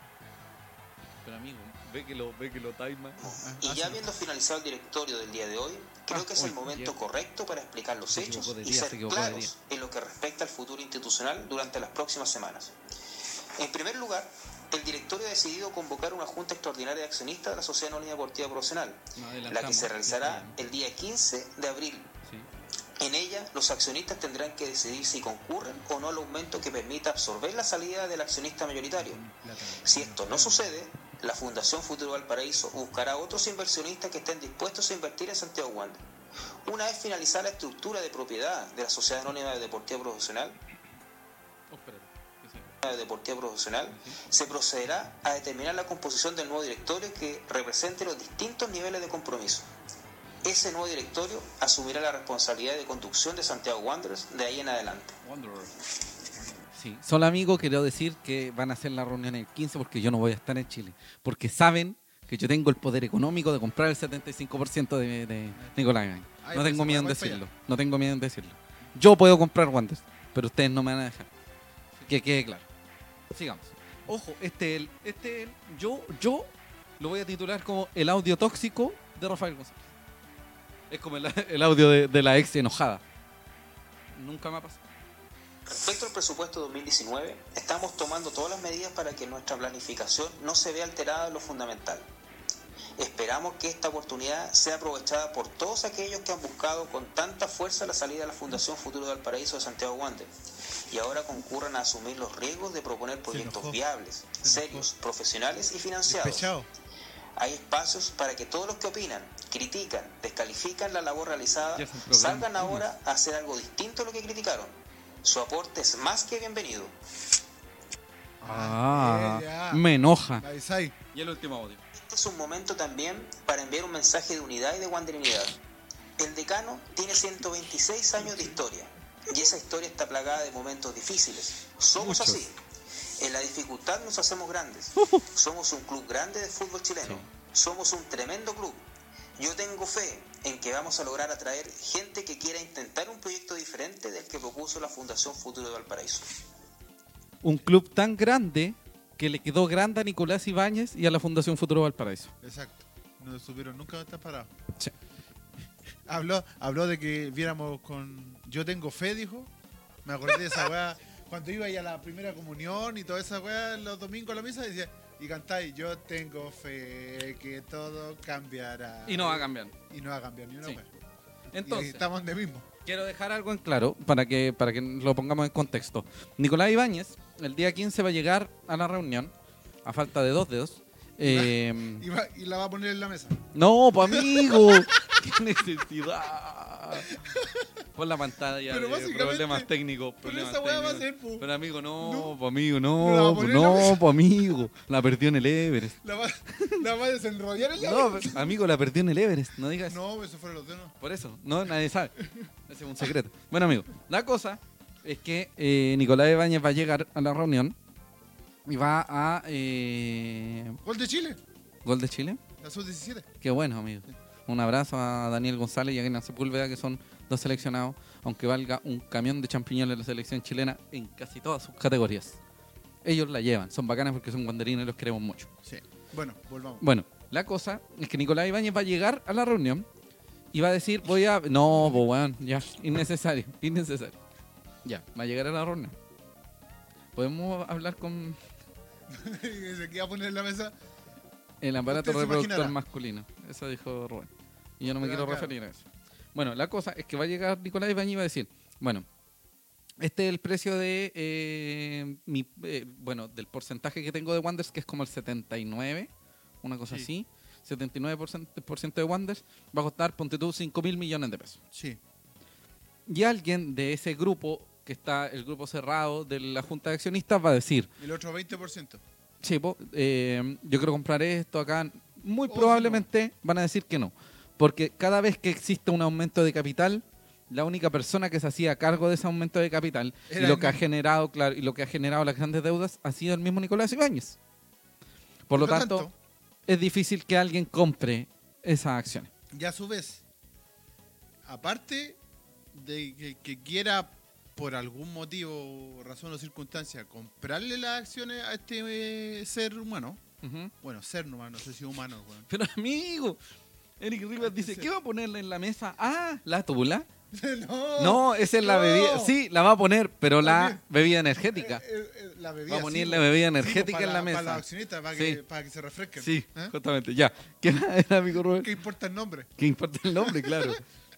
Pero amigo, ve que lo, ve que lo taima. Y Ah, ya sí. habiendo finalizado el directorio del día de hoy, creo Ah, que es el uy, momento ya. correcto para explicar los Se hechos equivocó de y día, ser se equivocó de claros en lo que respecta al futuro institucional durante las próximas semanas. En primer lugar, el directorio ha decidido convocar una junta extraordinaria de accionistas de la Sociedad Anónima Deportiva Profesional, la que se realizará el día quince de abril. Sí. En ella, los accionistas tendrán que decidir si concurren o no al aumento que permita absorber la salida del accionista mayoritario. Si esto no sucede, la Fundación Futuro Valparaíso buscará otros inversionistas que estén dispuestos a invertir en Santiago Wander. Una vez finalizada la estructura de propiedad de la Sociedad Anónima de Deportiva Profesional, Oh, espérate, que se- de Deportiva Profesional, se procederá a determinar la composición del nuevo directorio que represente los distintos niveles de compromiso. Ese nuevo directorio asumirá la responsabilidad de conducción de Santiago Wanderers de ahí en adelante. Wanderer. Sí, solo amigo, quiero decir que van a hacer la reunión el quince porque yo no voy a estar en Chile. Porque saben que yo tengo el poder económico de comprar el setenta y cinco por ciento de, de Nicolás Gain. Ay, No pues tengo se miedo en puede para decirlo. No tengo miedo en decirlo. Yo puedo comprar Wanderers, pero ustedes no me van a dejar. Que quede claro. Sigamos. Ojo, este el, este el, yo, yo lo voy a titular como el audio tóxico de Rafael González. Es como el, el audio de, de la ex enojada. Nunca me ha pasado. Respecto al presupuesto dos mil diecinueve, estamos tomando todas las medidas para que nuestra planificación no se vea alterada en lo fundamental. Esperamos que esta oportunidad sea aprovechada por todos aquellos que han buscado con tanta fuerza la salida de la Fundación Futuro de Valparaíso de Santiago Wander y ahora concurran a asumir los riesgos de proponer proyectos enojó. viables, Se serios, profesionales y financiados. Despechado. Hay espacios para que todos los que opinan, critican, descalifican la labor realizada, Ya es un programa. salgan ahora a hacer algo distinto a lo que criticaron. Su aporte es más que bienvenido. Ah, eh, ya. me enoja. La avisáis. Y el último audio. Este es un momento también para enviar un mensaje de unidad y de wanderinidad. El decano tiene ciento veintiséis años de historia y esa historia está plagada de momentos difíciles. Somos Muchos. así. En la dificultad nos hacemos grandes. Somos un club grande de fútbol chileno. Somos un tremendo club. Yo tengo fe en que vamos a lograr atraer gente que quiera intentar un proyecto diferente del que propuso la Fundación Futuro de Valparaíso. Un club tan grande que le quedó grande a Nicolás Ibáñez y a la Fundación Futuro Valparaíso. Exacto. No supieron nunca estar parados. Sí. Habló, habló de que viéramos con... Yo tengo fe, dijo. Me acordé de esa weá. Cuando iba ya a la primera comunión y toda esa weá los domingos a la misa, decía, Y cantáis, yo tengo fe que todo cambiará. Y no va a cambiar. Y no va a cambiar ni una Sí. wea. Y Entonces, estamos donde mismo. quiero dejar algo en claro para que, para que lo pongamos en contexto. Nicolás Ibáñez, el día quince va a llegar a la reunión, a falta de dos dedos. Eh, Y, va- y la va a poner en la mesa. no, pues amigo, qué necesidad. Pon la pantalla Pero de básicamente- problemas técnicos. Pero problemas esa weá va a técnicos. ser, po. Pero amigo, no, No. pues amigo, No la va a no, pues poner en la no, mesa. pues amigo. La perdió en el Everest. La va, la va a desenrollar en la No, mesa. pero, amigo, la perdió en el Everest. No digas. No, eso fueron los dedos. Por eso, no, nadie sabe. Ese es un secreto. Bueno, amigo, la cosa es que eh, Nicolás Ibáñez va a llegar a la reunión y va a... Eh, Gol de Chile, ¿Gol de Chile? la sub diecisiete. Qué bueno, amigo. Un abrazo a Daniel González y a Gena Sepúlveda, que son dos seleccionados, aunque valga un camión de champiñones de la selección chilena en casi todas sus categorías. Ellos la llevan, son bacanas porque son guanderines y los queremos mucho. Sí. Bueno, volvamos. Bueno, la cosa es que Nicolás Ibáñez va a llegar a la reunión y va a decir, voy a... No, pues weón, ya, innecesario, innecesario. Ya, va a llegar a la reunión. ¿Podemos hablar con Y se queda a poner en la mesa. el aparato Usted se reproductor imaginará. masculino? Eso dijo Rubén. Y yo no me Pero, quiero claro. referir a eso. Bueno, la cosa es que va a llegar Nicolás Ibáñez y va a decir, bueno, este es el precio de eh, mi, eh, bueno, del porcentaje que tengo de Wanderers, que es como el setenta y nueve, una cosa Sí. así. setenta y nueve por ciento, por ciento de Wanderers va a costar, ponte tú, cinco mil millones de pesos. Sí. Y alguien de ese grupo, que está el grupo cerrado de la Junta de Accionistas, va a decir, El otro veinte por ciento. sí, po, eh, yo quiero comprar esto acá. Muy O probablemente van a decir que no. Porque cada vez que existe un aumento de capital, la única persona que se hacía cargo de ese aumento de capital y Era lo el que ha mismo. generado, claro, y lo que ha generado las grandes deudas ha sido el mismo Nicolás Ibáñez. Por lo tanto, es difícil que alguien compre esas acciones. y a su vez, aparte de que, que quiera por algún motivo, razón o circunstancia comprarle las acciones a este eh, ser humano, Ujú. bueno, ser humano, no sé si humano, weón. Pero amigo, Eric Rivas dice, ¿qué va a ponerle en la mesa? Ah, la tula. no, No, esa es la no. bebida. Sí, la va a poner, pero la También. bebida energética. Eh, eh, eh, la bebida, Va a poner sí, la po. bebida Sí, po, energética para en la mesa. Para los accionistas, para, Sí. que, para que se refresquen. Sí, ¿Eh? justamente. Ya. ¿Qué más era, amigo Rubén? ¿Qué importa el nombre? ¿Qué importa el nombre? Claro.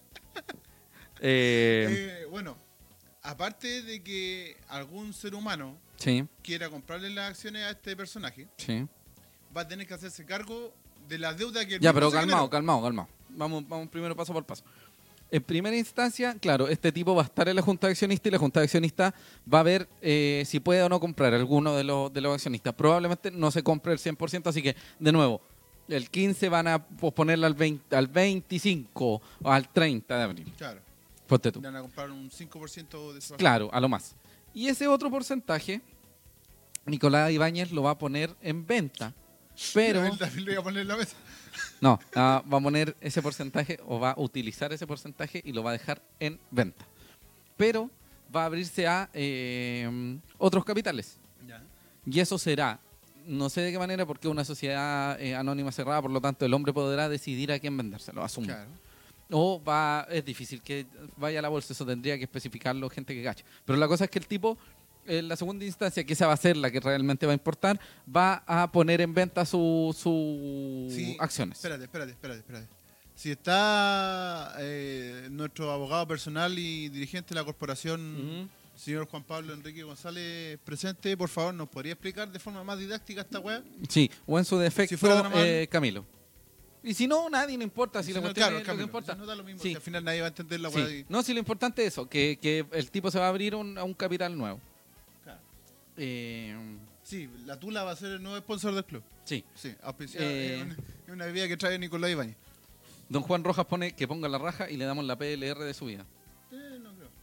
Eh, Eh, bueno, aparte de que algún ser humano sí, quiera comprarle las acciones a este personaje, sí. va a tener que hacerse cargo de la deuda que... él Ya, mismo pero se calmado, generó. calmado, calmado. Vamos, vamos primero paso por paso. En primera instancia, claro, este tipo va a estar en la Junta de Accionistas y la Junta de Accionistas va a ver eh, si puede o no comprar alguno de los, de los accionistas. Probablemente no se compre el cien por ciento, así que, de nuevo, el quince van a posponerla al, veinte, al veinticinco o al treinta de abril. Claro, Ponte tú. van a comprar un cinco por ciento de su Claro, a lo más. Y ese otro porcentaje, Nicolás Ibáñez lo va a poner en venta. Pero, Él también lo iba a poner en la mesa. no, ah, va a poner ese porcentaje o va a utilizar ese porcentaje y lo va a dejar en venta. Pero va a abrirse a eh, otros capitales. Ya. Y eso será, no sé de qué manera, porque es una sociedad eh, anónima cerrada, por lo tanto el hombre podrá decidir a quién vendérselo, asumo. Claro. O va, es difícil que vaya a la bolsa, eso tendría que especificarlo gente que cache. Pero la cosa es que el tipo, en la segunda instancia, que esa va a ser la que realmente va a importar, va a poner en venta sus su Sí, acciones. Espérate, espérate, espérate, espérate. Si está eh, nuestro abogado personal y dirigente de la corporación, Ujú. señor Juan Pablo Enrique González, presente, por favor, ¿nos podría explicar de forma más didáctica esta weá? Sí, o en su defecto, Si fuera tan amable. eh, Camilo. Y si no, nadie le importa. Si Si la no, cuestión claro, es lo que Camilo, importa. si no da lo mismo, Sí. si al final nadie va a entender la Sí. weá. y- No, si lo importante es eso, que, que el tipo se va a abrir un- a un capital nuevo. Claro. Eh, Sí, la Tula va a ser el nuevo sponsor del club. sí. Sí, auspiciada, Eh. es una- es una bebida que trae Nicolás Ibáñez. Don Juan Rojas pone que ponga la raja y le damos la P L R de su vida. Eh, no creo.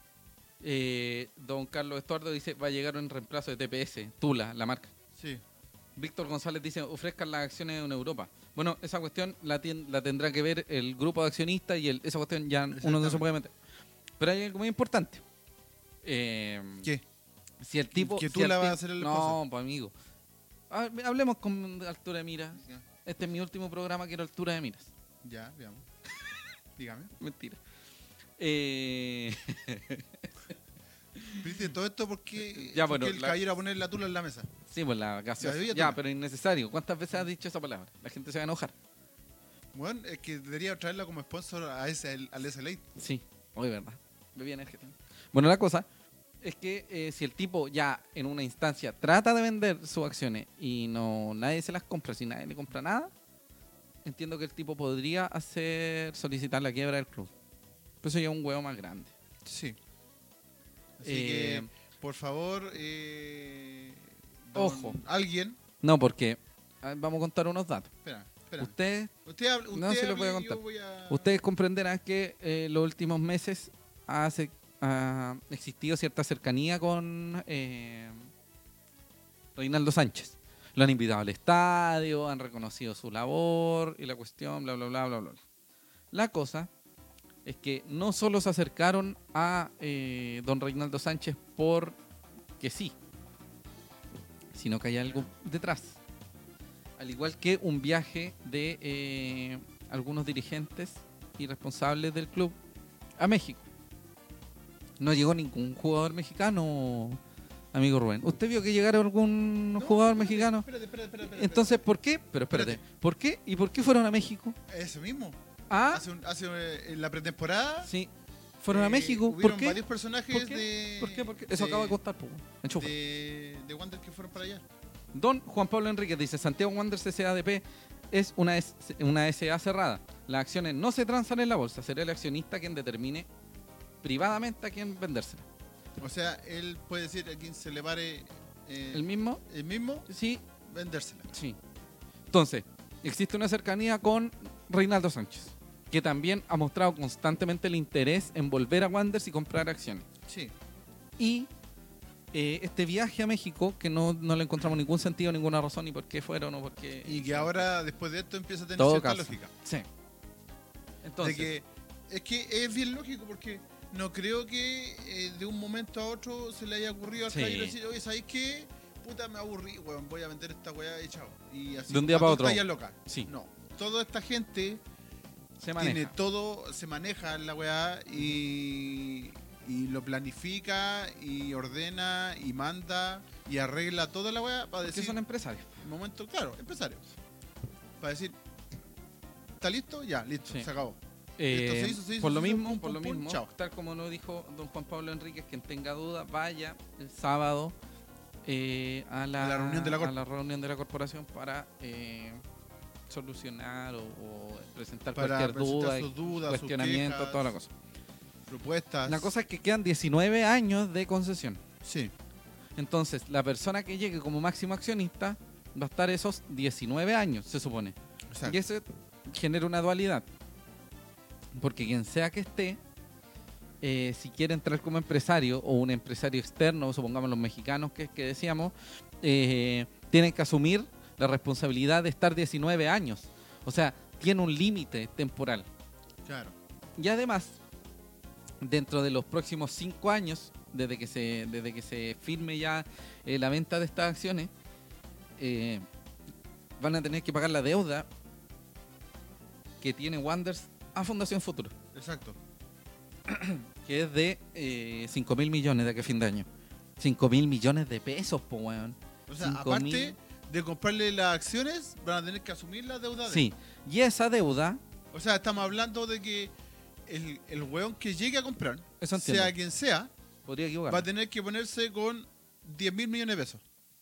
Eh, don Carlos Estuardo dice, va a llegar en reemplazo de T P S, Tula, la marca. Sí. Víctor González dice, ofrezcan las acciones en Europa. Bueno, esa cuestión la, tien- la tendrá que ver el grupo de accionistas y el, esa cuestión ya uno no se Exactamente. puede meter. Pero hay algo muy importante. Eh, ¿Qué? Si el tipo... Que si Tula el va ti- a ser el No, sponsor. pues amigo. Ah, hablemos con altura de miras. Ya, Este es mi último programa, quiero altura de miras. ya veamos. Dígame. Mentira. Eh, ¿Viste todo esto porque, Ya, porque bueno, el la- caballero a poner la tula en la mesa? Sí, pues la gaseosa. La bebida Ya, tula. pero innecesario. ¿Cuántas veces has dicho esa palabra? La gente se va a enojar. Bueno, es que debería traerla como sponsor a ese, al S L A. Sí, hoy verdad. Bebida energética. Bueno, la cosa es que eh, si el tipo ya en una instancia trata de vender sus acciones y no nadie se las compra, si nadie le compra nada, entiendo que el tipo podría hacer solicitar la quiebra del club. Pero eso ya es un huevo más grande. Sí. Así Eh, que, por favor, eh, don- Ojo. Alguien. No, porque a ver, vamos a contar unos datos. Espera, espera. Ustedes, Usted, hable- usted No, sí lo hable voy a y contar. yo voy a- ustedes comprenderán que eh, los últimos meses ha, se- ha existido cierta cercanía con eh, Reinaldo Sánchez. Lo han invitado al estadio, han reconocido su labor y la cuestión, bla, bla, bla, bla, bla. La cosa es que no solo se acercaron a eh, don Reinaldo Sánchez porque sí, sino que hay algo detrás. Al igual que un viaje de eh, algunos dirigentes y responsables del club a México. No llegó ningún jugador mexicano, amigo Rubén. ¿Usted vio que llegara algún No, jugador espérate, mexicano? Espérate, espérate, espérate, espérate. Entonces, ¿por qué? Pero espérate, Espérate. ¿por qué? ¿Y por qué fueron a México? Eso mismo. Ah, Hace, un- hace eh, en la pretemporada. sí, fueron a eh, México. ¿Por hubieron qué? varios personajes ¿Por qué? de. ¿Por qué? ¿Por qué? Eso de- acaba de costar, pues. Enchufa. De, de Wander que fueron para allá. Don Juan Pablo Enríquez dice, Santiago Wanderers S A D P es una, S- una S A cerrada. Las acciones no se transan en la bolsa. Será el accionista quien determine privadamente a quién vendérsela. O sea, él puede decir a quien se le pare eh, ¿El mismo? el mismo, Sí, vendérsela. sí. Entonces, existe una cercanía con Reinaldo Sánchez, que también ha mostrado constantemente el interés en volver a Wanderers y comprar acciones. Sí. Y eh, este viaje a México, que no, no le encontramos ningún sentido, ninguna razón, ni por qué fueron o por qué... Y que ahora, después de esto, empieza a tener Todo cierta caso. lógica. Sí. Entonces, De que, es que es bien lógico porque no creo que eh, de un momento a otro se le haya ocurrido al Sí. caballero decir, oye, ¿sabéis qué? Puta, me aburrí, weón, voy a vender esta weá y chao. Y así, De un día a para dos otro. tallas locas. Sí. No. Toda esta gente se maneja. tiene todo, se maneja en la weá y, y lo planifica y ordena y manda y arregla toda la weá para Porque decir, son empresarios. momento, claro, empresarios. Para decir, ¿está listo? Ya, listo, Sí. se acabó. Eh, Esto se hizo, se hizo, por lo se hizo, mismo, pum, por lo pum, pum, mismo, chao. tal como nos dijo don Juan Pablo Enríquez, quien tenga duda, vaya el sábado eh, a, la, A la reunión de la corp. a la reunión de la corporación para eh, solucionar o, o presentar Para cualquier presentar duda, sus dudas, sus cuestionamiento, quejas, toda la cosa. Propuestas. La cosa es que quedan diecinueve años de concesión. Sí, Entonces, la persona que llegue como máximo accionista va a estar esos diecinueve años, se supone. exacto. Y eso genera una dualidad. Porque quien sea que esté, eh, si quiere entrar como empresario o un empresario externo, supongamos los mexicanos que, que decíamos, eh, tienen que asumir la responsabilidad de estar diecinueve años. O sea, tiene un límite temporal. Claro. Y además, dentro de los próximos cinco años, desde que se, desde que se firme ya eh, la venta de estas acciones, eh, van a tener que pagar la deuda que tiene Wanderers a Fundación Futuro, Exacto. que es de eh, cinco mil millones de aquí a fin de año. cinco mil millones de pesos, po, weón. O sea, Cinco aparte mil. de comprarle las acciones, van a tener que asumir la deuda de Sí, y esa deuda, O sea, estamos hablando de que el, el weón que llegue a comprar, eso entiendo, sea quien sea, podría va a equivocarme. tener que ponerse con diez mil millones de pesos.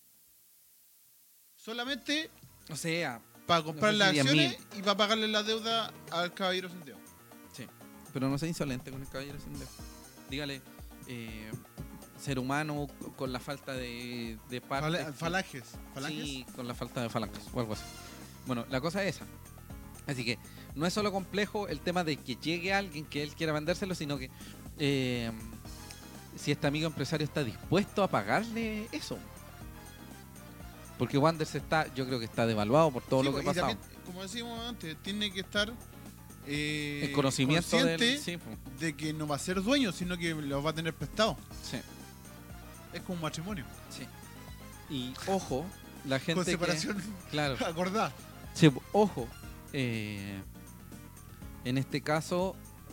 Solamente O sea, para comprar sé las si acciones y para pagarle la deuda al caballero Santiago. sí, pero no sea insolente con el caballero sin dedo. Dígale, eh, ser humano con la falta de, de partes. Fala- falanges. ¿Falanges? Sí, con la falta de falanges o algo así. Bueno, la cosa es esa. Así que no es solo complejo el tema de que llegue alguien que él quiera vendérselo, sino que eh, si este amigo empresario está dispuesto a pagarle eso. Porque Wanderers está, yo creo que está devaluado por todo Sí, lo que ha y pasado. también, como decíamos antes, tiene que estar eh, El conocimiento consciente del... Sí, po, de que no va a ser dueño, sino que lo va a tener prestado. sí, Es como un matrimonio. sí. Y ojo, la gente Con que- separación claro. acordada. Sí, ojo, eh, en este caso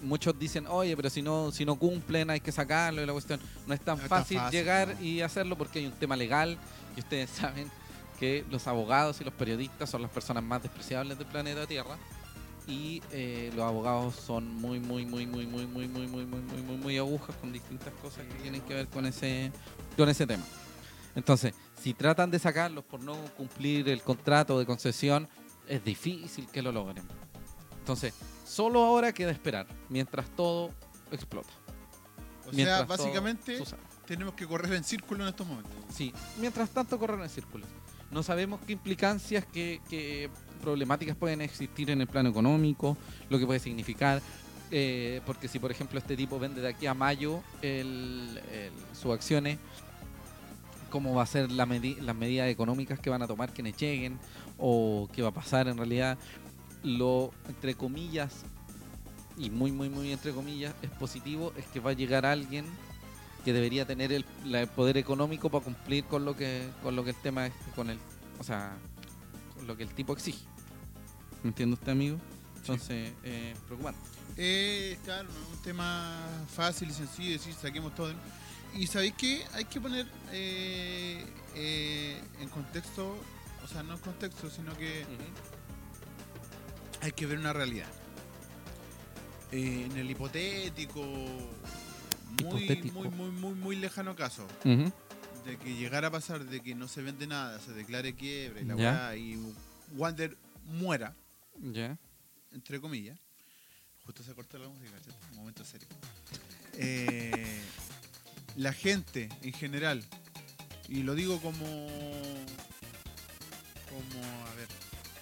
muchos dicen, oye, pero si no si no cumplen hay que sacarlo y la cuestión. No es tan No es tan fácil, fácil, llegar no. y hacerlo porque hay un tema legal y ustedes saben que los abogados y los periodistas son las personas más despreciables del planeta Tierra y eh, los abogados son muy, muy, muy, muy, muy, muy, muy, muy, muy, muy, muy, muy agujas con distintas cosas que tienen que ver con ese, con ese tema. Entonces, si tratan de sacarlos por no cumplir el contrato de concesión, es difícil que lo logren. Entonces, solo ahora queda esperar, mientras todo explota. O Mientras sea, todo básicamente sucede. tenemos que correr en círculo en estos momentos. Sí, mientras tanto corren en círculos. No sabemos qué implicancias, qué, qué problemáticas pueden existir en el plano económico, lo que puede significar, eh, porque si por ejemplo este tipo vende de aquí a mayo el, el, sus acciones, cómo va a ser la medi las medidas económicas que van a tomar quienes lleguen, o qué va a pasar en realidad. Lo, entre comillas, y muy, muy, muy entre comillas, es positivo, es que va a llegar alguien que debería tener el, la- el poder económico para cumplir con lo que con lo que el tema es, con el, o sea, con lo que el tipo exige. ¿Me entiende usted, amigo? Entonces, eh, preocupante. Eh, claro, no es un tema fácil y sencillo, decir saquemos todo. Y ¿sabéis qué? Hay que poner eh, eh, en contexto, o sea, no en contexto, sino que hay que ver una realidad. Eh, en el hipotético, muy, Hipotético. muy, muy, muy, muy lejano caso Ujú. de que llegara a pasar de que no se vende nada, se declare quiebra y la Ya. weá, y Wander muera, Ya. entre comillas. Justo se cortó la música, ¿cachai? Un momento serio. Eh, la gente en general, y lo digo como. como. a ver.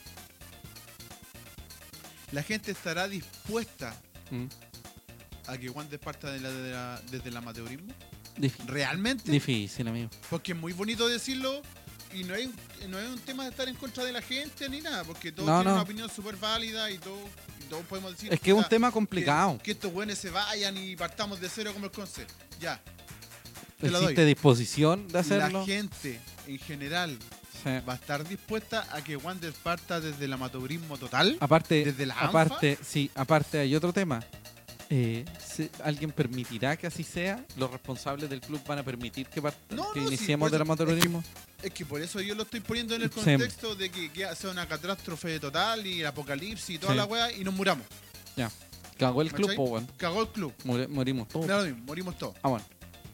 La gente estará dispuesta Mm. a que Wander parta de la, de la- desde el amateurismo. Difí- ¿Realmente? Difícil, amigo. Porque es muy bonito decirlo. Y no es, no es un tema de estar en contra de la gente ni nada, porque todos No, tienen no. una opinión súper válida y todos, y todos podemos decir Es que es un puta, tema complicado. Que, que estos buenos se vayan y partamos de cero como el Conce. Ya. Te lo ¿Existe doy. disposición de hacerlo? La gente en general Sí. va a estar dispuesta a que Wander parta desde el amateurismo total. Aparte, ¿Desde la aparte, sí, aparte hay otro tema. Eh, se- ¿Alguien permitirá que así sea? ¿Los responsables del club van a permitir que, part- No, que no, sí, iniciemos por del eso- amateurismo? Es que por eso yo lo estoy poniendo en el Sí. contexto de que, que sea una catástrofe total y el apocalipsis y toda Sí. la weá y nos muramos. Ya. Cagó el club, ¿Cachai? pues bueno. Cagó el club. Muri- morimos todos. Da lo mismo, morimos todos. Ah, bueno.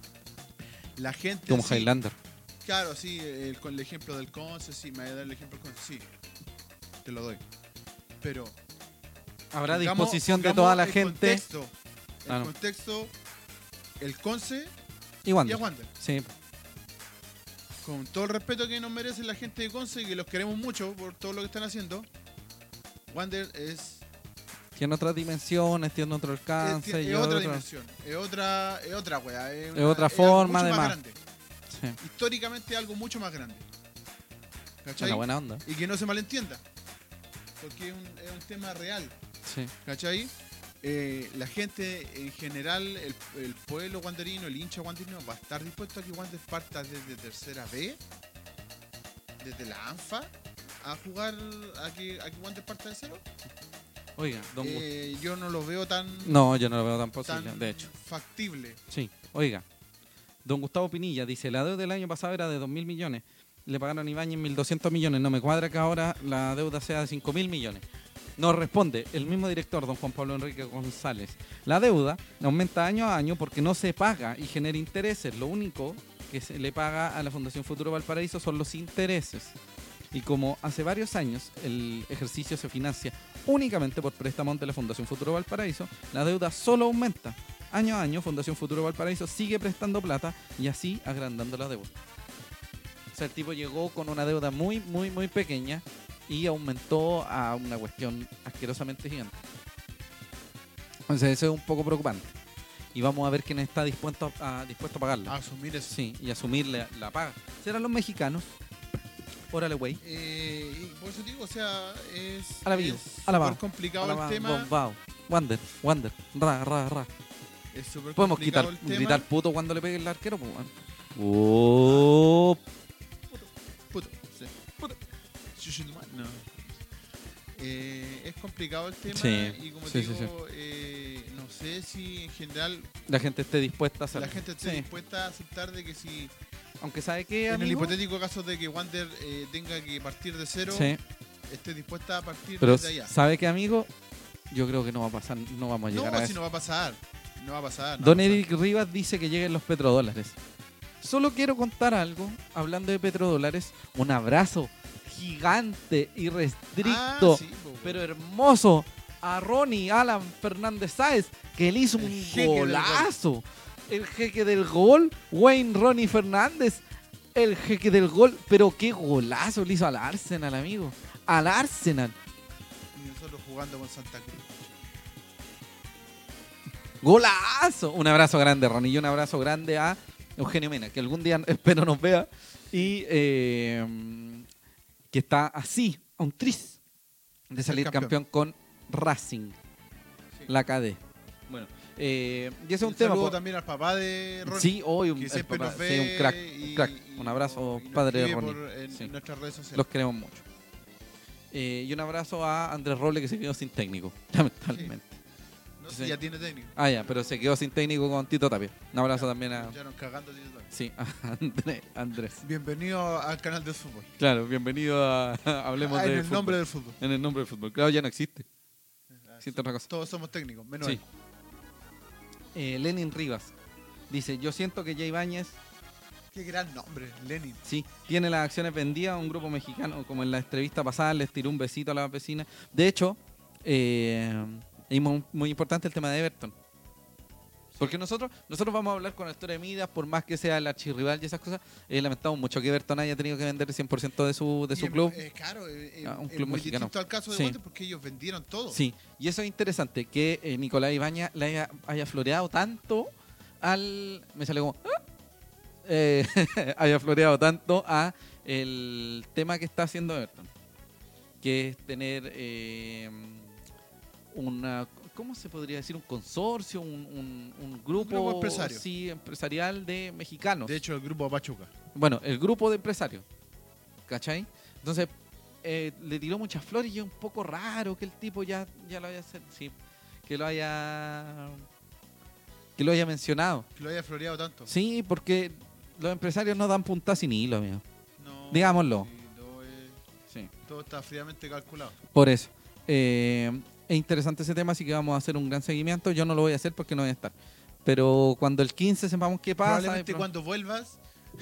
La gente. Como sí, Highlander. Claro, sí, el- con el ejemplo del Conce, sí, me voy a dar el ejemplo del Conce, sí. Te lo doy. Pero. Habrá pongamos- disposición de pongamos toda la el gente. Contexto, el Ah, no. contexto, el Conce Y y a Wander. Wander. Sí. Con todo el respeto que nos merece la gente de Conce y que los queremos mucho por todo lo que están haciendo, Wander es, Tiene otras dimensiones, tiene otro es, alcance. es y otra otro- dimensión, es otra, es otra wea, es, Es otra algo forma, mucho más además. grande. Sí. Históricamente es algo mucho más grande. ¿Cachai? Una buena onda. Y que no se malentienda. Porque es un, es un tema real. Sí. ¿Cachai? Eh, la gente en general, el, el pueblo wanderino, el hincha wanderino, va a estar dispuesto a que Wander parta desde tercera B, desde la ANFA, a jugar a que, a que Wander parta de cero. Oiga, don Gus- Eh, yo no lo veo tan, No, yo no lo veo tan posible, tan de hecho. factible. Sí, oiga. Don Gustavo Pinilla dice, la deuda del año pasado era de dos mil millones. Le pagaron a Ibáñez mil doscientos millones. No me cuadra que ahora la deuda sea de cinco mil millones. Nos responde el mismo director, don Juan Pablo Enrique González. La deuda aumenta año a año porque no se paga y genera intereses. Lo único que se le paga a la Fundación Futuro Valparaíso son los intereses. Y como hace varios años el ejercicio se financia únicamente por préstamos de la Fundación Futuro Valparaíso, la deuda solo aumenta. Año a año, Fundación Futuro Valparaíso sigue prestando plata y así agrandando la deuda. O sea, el tipo llegó con una deuda muy, muy, muy pequeña y aumentó a una cuestión asquerosamente gigante. Entonces eso es un poco preocupante. Y vamos a ver quién está dispuesto a, a- dispuesto a pagarla. A asumir eso. Sí, y asumir la, la paga. ¿Serán los mexicanos? Órale, güey. Eh, y por eso digo, o sea, es, Alabío, es alabao, súper complicado Alabao, el tema. bombao. Wander, Wander, ra, ra, ra. Es súper Podemos complicado quitar, el tema. gritar puto cuando le pegue el arquero, pues, weón. Oh, Puto. Sí. Puto. Chuchutumán, no. Eh, es complicado el tema Sí, y como sí, te sí, digo, eh, no, no sé si en general La gente esté dispuesta a hacerlo. la gente esté Sí. dispuesta a aceptar de que si Aunque sabe que, en el amigo, hipotético caso de que Wander eh, tenga que partir de cero, sí, esté dispuesta a partir pero desde allá. sabe que, amigo, yo creo que no va a pasar, no vamos a llegar No, a si eso. no va a pasar. No va a pasar. no Don va a pasar. Eric Rivas dice que lleguen los petrodólares. Solo quiero contar algo, hablando de petrodólares, un abrazo gigante, irrestricto, Ah, sí, po, pero hermoso a Ronnie Alan Fernández Sáez, que le hizo El un jeque del gol. golazo. El jeque del gol, Wayne Ronnie Fernández, el jeque del gol, pero qué golazo le hizo al Arsenal, amigo. Al Arsenal. Y nosotros jugando con Santa Cruz. ¡Golazo! Un abrazo grande, Ronnie, y un abrazo grande a Eugenio Mena, que algún día espero nos vea, y eh, que está así, a un tris de salir campeón. campeón. con Racing, Sí. la K D. Bueno, eh, y ese es un Un tema. saludo po- también al papá de Ronnie. Sí, hoy un, que el siempre papá, nos sí, ve un crack, y- un crack. y Un abrazo, nos- y nos padre de escribe Ronnie. por- en, Sí. en nuestras redes sociales. Los queremos mucho. Eh, y un abrazo a Andrés Roble, que se quedó sin técnico, lamentablemente. No sé sí. si ya tiene técnico. Ah, ya, pero se quedó sin técnico con Tito Tapia. Un abrazo también a, Ya nos cagando Tito Tapia. sí, a Andrés, Andrés. Bienvenido al canal del fútbol. Claro, bienvenido a, a Hablemos Ah, en de el Fútbol. nombre del fútbol. En el nombre del fútbol. Claro, ya no existe. Existe otra cosa. Todos somos técnicos, menos Sí. él. Eh, Lenin Rivas dice, yo siento que Jay Ibáñez, Qué gran nombre, Lenin. sí, tiene las acciones vendidas a un grupo mexicano, como en la entrevista pasada, les tiró un besito a la vecina. De hecho, eh, es muy, muy importante el tema de Everton. Porque nosotros nosotros vamos a hablar con Héctor Emidas, por más que sea el archirrival y esas cosas, eh, lamentamos mucho que Everton haya tenido que vender el cien por ciento de su, de Y su es- club. eh, claro, eh, eh, Ah, un es club muy mexicano. distinto al caso de Sí. Wander porque ellos vendieron todo. Sí, y eso es interesante, que eh, Nicolás Ibañez le haya, haya floreado tanto al... Me sale como... ¡ah! Eh, haya floreado tanto a el tema que está haciendo Everton, que es tener eh, una... ¿Cómo se podría decir? Un consorcio, un, un- un grupo, grupo empresario. sí, empresarial de mexicanos. De hecho, el grupo Pachuca. Bueno, el grupo de empresarios, ¿cachai? Entonces, eh, le tiró muchas flores y es un poco raro que el tipo ya, ya lo haya hacer, sí, que lo haya que lo haya mencionado. Que lo haya floreado tanto. Sí, porque los empresarios no dan punta sin hilo, amigo. No, Digámoslo. sí, todo, es- Sí. todo está fríamente calculado. Por eso. Eh, es interesante ese tema, así que vamos a hacer un gran seguimiento. Yo no lo voy a hacer porque no voy a estar. Pero cuando el quince sepamos qué pasa. Probablemente y pro- cuando vuelvas,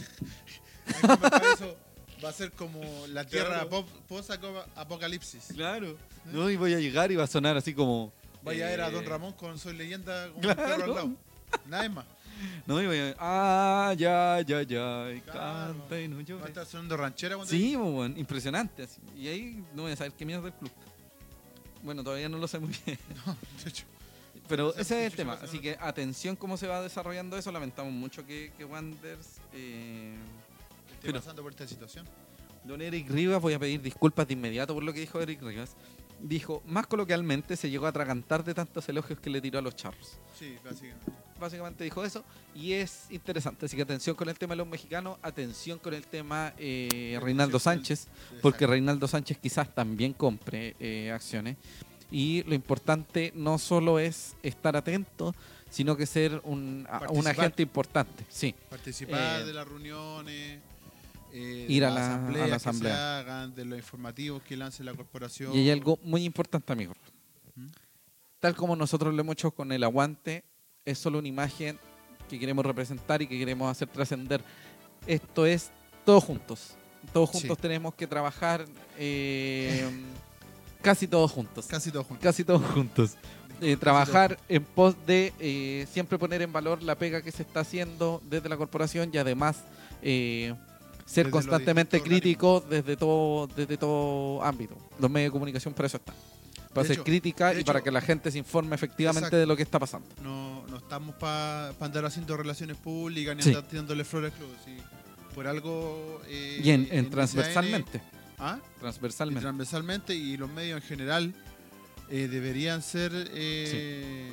aquí me parece, va a ser como la tierra Claro. pop- post-apocalipsis. Claro. No, y voy a llegar y va a sonar así como... Vaya a ver a Don eh, Ramón con Soy Leyenda con Claro. un perro al lado. Nada más. No, y voy a... Ah, ya, ya, ya. Y Claro. canta y no Va a llores. estar sonando ranchera cuando Sí, muy bueno, impresionante. Así. Y ahí no voy a saber qué mierda del club. Bueno, todavía no lo sé muy bien. No, de hecho. Pero No sé, ese es el chucha, tema. no sé, Así no que atención cómo se va desarrollando eso. Lamentamos mucho que, que Wanderers... Eh... Estoy Pero- pasando por esta situación. Don Eric Rivas, voy a pedir disculpas de inmediato por lo que dijo Eric Rivas. Dijo, más coloquialmente, se llegó a atragantar de tantos elogios que le tiró a los charros. Sí, básicamente. Básicamente dijo eso y es interesante. Así que atención con el tema de los mexicanos, atención con el tema eh, Reinaldo Sánchez, porque Reinaldo Sánchez quizás también compre eh, acciones. Y lo importante no solo es estar atento, sino que ser un, a- un Participar. agente importante. Sí, Participar Eh, de las reuniones, eh, ir de a las la- a asambleas la que se asamblea. hagan, de los informativos que lance la corporación. y hay algo muy importante, amigos. ¿Mm? Tal como nosotros lo hemos hecho con el aguante, es solo una imagen que queremos representar y que queremos hacer trascender. Esto es todos juntos. Todos juntos Sí. tenemos que trabajar eh, casi todos juntos. Casi todos juntos. Casi todos juntos. Eh, trabajar en pos de eh, siempre poner en valor la pega que se está haciendo desde la corporación y además eh, ser Desde los constantemente distintos críticos desde todo, desde todo ámbito. Los medios de comunicación para eso están. Para De hacer hecho- crítica de y para hecho- que la gente se informe efectivamente Exacto. de lo que está pasando. No, no estamos para andar haciendo relaciones públicas ni Sí. andar tirándole flores al club. Sí. Por algo. eh, Y en, en en transversalmente. S A N, ¿ah? Y Transversalmente. transversalmente y los medios en general eh, deberían ser eh,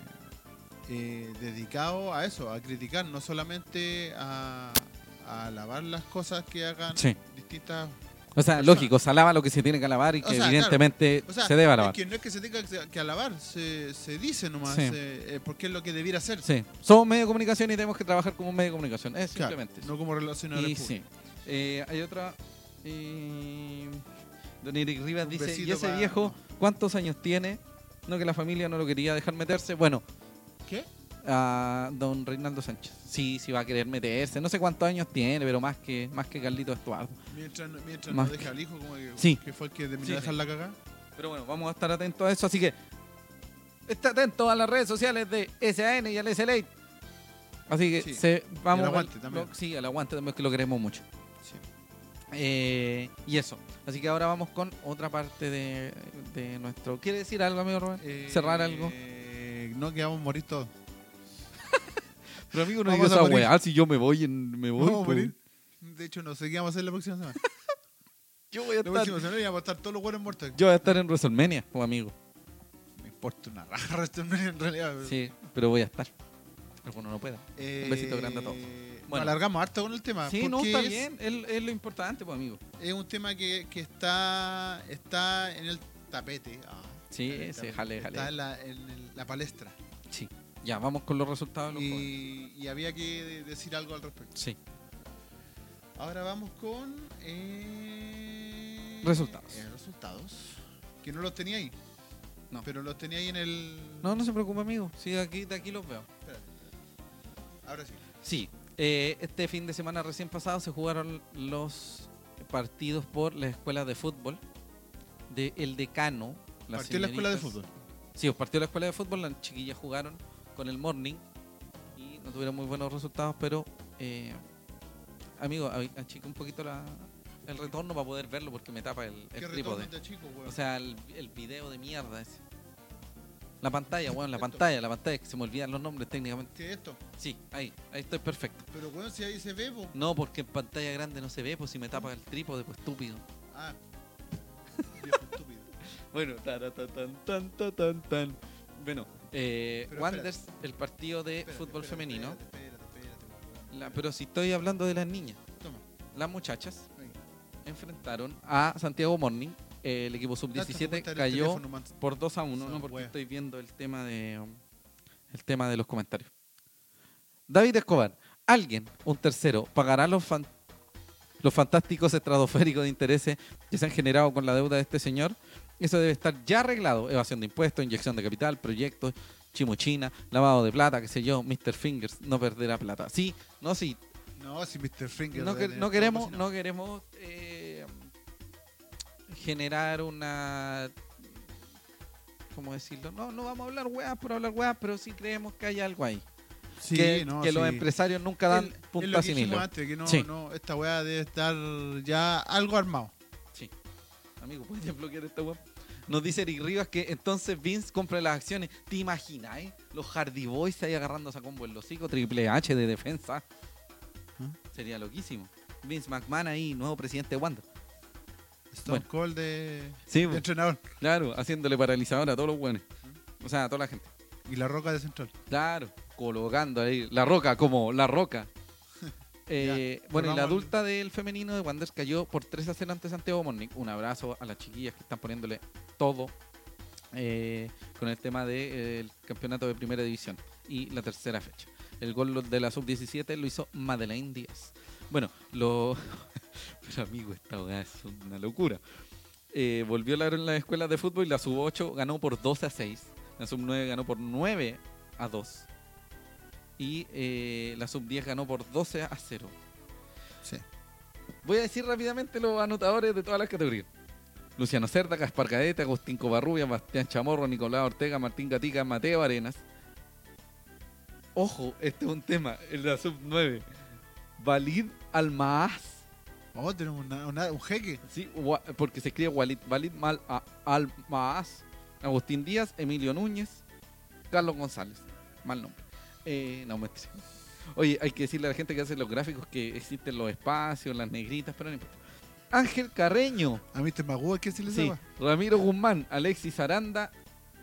eh, dedicados a eso, a criticar, no solamente a, a alabar las cosas que hagan Sí. distintas O sea, personas. lógico, se alaba lo que se tiene que alabar y O que sea, evidentemente O sea, se debe es alabar. que no es que se tenga que- que alabar, se, se dice nomás, Sí. eh, eh, porque es lo que debiera ser. Sí, somos medio de comunicación y tenemos que trabajar como un medio de comunicación. Es Claro, simplemente eso. no como relaciones Y públicas. sí. Eh, hay otra. eh, Don Eric Rivas Un dice: besito ¿y ese pa- viejo cuántos años tiene? No, que la familia no lo quería dejar meterse. Bueno, ¿Qué? a don Reinaldo Sánchez. Sí, sí va a querer meterse. No sé cuántos años tiene, pero más que más que Carlito Estuardo. Mientras, no- mientras Más no deja al hijo, como que, Sí. que fue el que terminó Sí, de dejar sí. la cagada. Pero bueno, vamos a estar atentos a eso. Así que esté atento a las redes sociales de S A N y al S L A. Así que Sí. se, vamos Y al aguante también. lo- sí, al aguante también, que lo queremos mucho. Sí. Eh, y eso. Así que ahora vamos con otra parte de, de nuestro. ¿Quiere decir algo, amigo Rubén? ¿Cerrar algo? Eh, no, que vamos a morir todos. Pero amigo, no vamos digas a esa morir. weá, si yo me voy, en, me voy. Vamos a pues. morir. De hecho, no sé qué vamos a hacer la próxima semana. Yo voy a La estar, próxima semana ya vamos a estar todos los buenos muertos. yo voy a estar en WrestleMania, pues amigo. Me importa una raja WrestleMania en realidad. Sí, pero voy a estar. Alguno no pueda. Eh, Un besito grande a todos. Nos Bueno. alargamos harto con el tema. Sí, no, porque está es- bien. Es, es lo importante, pues amigo. Es un tema que, que está, está en el tapete. Ah, Sí, está en el sí, tapete. jale, jale. Está en la, en el- la palestra. Sí. Ya, vamos con los resultados de los juegos. Y, y había que de- decir algo al respecto. Sí. Ahora vamos con eh, Resultados. eh, resultados. Que no los tenía ahí. No. Pero los tenía ahí en el. No, no se preocupe, amigo. Sí, de aquí, de aquí los veo. Espérate. Ahora sí. Sí. eh, este fin de semana recién pasado se jugaron los partidos por las escuelas de fútbol de El Decano. las Partió la escuela de señoritas. fútbol. Sí, os partió la escuela de fútbol, las chiquillas jugaron con el Morning y no tuvieron muy buenos resultados, pero eh, amigo, a- achica un poquito la, el retorno para poder verlo porque me tapa el, ¿Qué el retorno trípode. de chico, weón? O sea, el, el video de mierda ese. La pantalla, weón, la Esto. pantalla, la pantalla, que se me olvidan los nombres técnicamente. ¿Qué es esto? Sí, ahí, ahí estoy perfecto. Pero weón, si ahí se ve, po. No, porque en pantalla grande no se ve, pues si me tapa el trípode, pues estúpido. Ah. Viejo estúpido. Bueno, tan, tan, tan, tan, tan, tan, tan. Bueno, eh, Pero Wanderers, el partido de Espérate, fútbol espérate, femenino. Espérate, espérate, espérate, weón. La- pero si estoy hablando de las niñas, Toma. las muchachas Ahí. enfrentaron a Santiago Morning. Eh, el equipo sub Date diecisiete cuenta del cayó teléfono, man. por dos a uno, Esa no porque wea. estoy viendo el tema de um, el tema de los comentarios. David Escobar, alguien, un tercero, pagará los fan- los fantásticos estratosféricos de intereses que se han generado con la deuda de este señor. Eso debe estar ya arreglado. Evasión de impuestos, inyección de capital, proyectos, chimuchina, lavado de plata, qué sé yo, mister Fingers, no perderá plata. Sí, no, sí, No, si mister Finger. no, debe que- tener no todo queremos, cocinado. no queremos eh, generar una, ¿cómo decirlo? No, no vamos a hablar weas por hablar weas, pero sí creemos que hay algo ahí. Sí, que no, que los sí. empresarios nunca dan Es- es lo punta que sin dijimos hilo. antes, que no, Sí. no, esta weá debe estar ya algo armado. Sí. Amigo, ¿puedes desbloquear esta web? Nos dice Eric Rivas que entonces Vince compra las acciones. ¿Te imagináis? Los Hardy Boys ahí agarrando a combo en los hocico, Triple H de defensa. ¿Ah? Sería loquísimo. Vince McMahon ahí, nuevo presidente de Wanda. Stone Bueno. Cold de, Sí, de entrenador. claro, haciéndole paralizador a todos los buenos. O sea, a toda la gente. Y la roca de central. Claro, colocando ahí la roca como la roca. Eh, bueno, y la volvamos al- adulta del femenino de Wanderers cayó por tres a cero ante Santiago Morning. Un abrazo a las chiquillas que están poniéndole todo eh, con el tema del campeonato de primera división y la tercera fecha. El gol de la sub diecisiete lo hizo Madeleine Díaz. Bueno, lo... Pero amigo, esta weá es una locura. Eh, volvió la en la escuela de fútbol y la sub ocho ganó por doce a seis. La sub nueve ganó por nueve a dos. Y eh, la sub diez ganó por doce a cero. Sí. Voy a decir rápidamente los anotadores de todas las categorías. Luciano Cerda, Gaspar Cadete, Agustín Covarrubia, Bastián Chamorro, Nicolás Ortega, Martín Gatica, Mateo Arenas. Ojo, este es un tema, en la sub nueve. Valid Almaaz. Oh, tenemos una- una- un jeque. Sí, Wa- porque se escribe Walid, Valid Mal, a- Almaaz. Agustín Díaz, Emilio Núñez, Carlos González. Mal nombre. Eh, no, mentira. Oye, hay que decirle a la gente que hace los gráficos que existen los espacios, las negritas, pero no importa. Ángel Carreño. A mister Magua, ¿qué se le Sí, daba? Ramiro Guzmán, Alexis Aranda,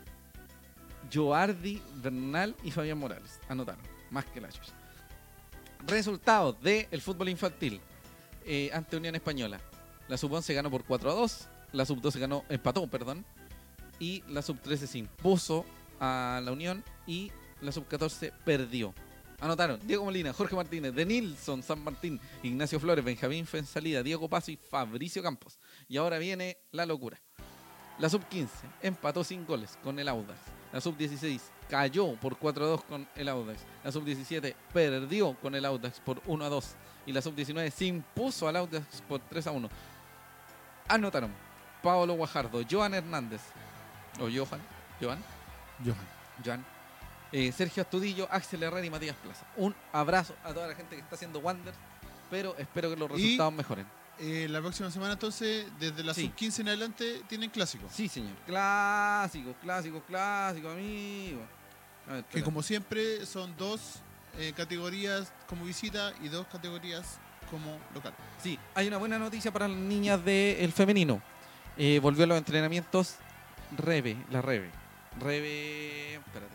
Joardi Bernal y Fabián Morales. Anotaron, más que la chucha. Resultados del fútbol infantil eh, ante Unión Española. La sub once ganó por cuatro a dos. La sub doce ganó, empató, perdón. Y la sub trece se impuso a la Unión. Y la sub catorce perdió. Anotaron Diego Molina, Jorge Martínez, Denilson San Martín, Ignacio Flores, Benjamín Fuenzalida, Diego Paso y Fabricio Campos. Y ahora viene la locura. La sub quince empató sin goles con el Audax. La sub dieciséis cayó por cuatro a dos con el Audax. La sub diecisiete perdió con el Audax por uno a dos. Y la sub diecinueve se impuso al Audax por tres a uno. Anotaron Pablo Guajardo, Joan Hernández, o Johan, Joan, Johan. Joan. Eh, Sergio Astudillo, Axel Herrera y Matías Plaza. Un abrazo a toda la gente que está haciendo Wander, pero espero que los Y- resultados mejoren. Eh, la próxima semana, entonces, desde la Sí. sub quince en adelante, tienen clásico. Sí, señor. Clásico, clásico, clásico, amigo. A ver, Que espera. como siempre, son dos eh, categorías como visita y dos categorías como local. Sí, hay una buena noticia para las niñas del femenino. Eh, volvió a los entrenamientos Rebe, la Rebe. Rebe. Espérate.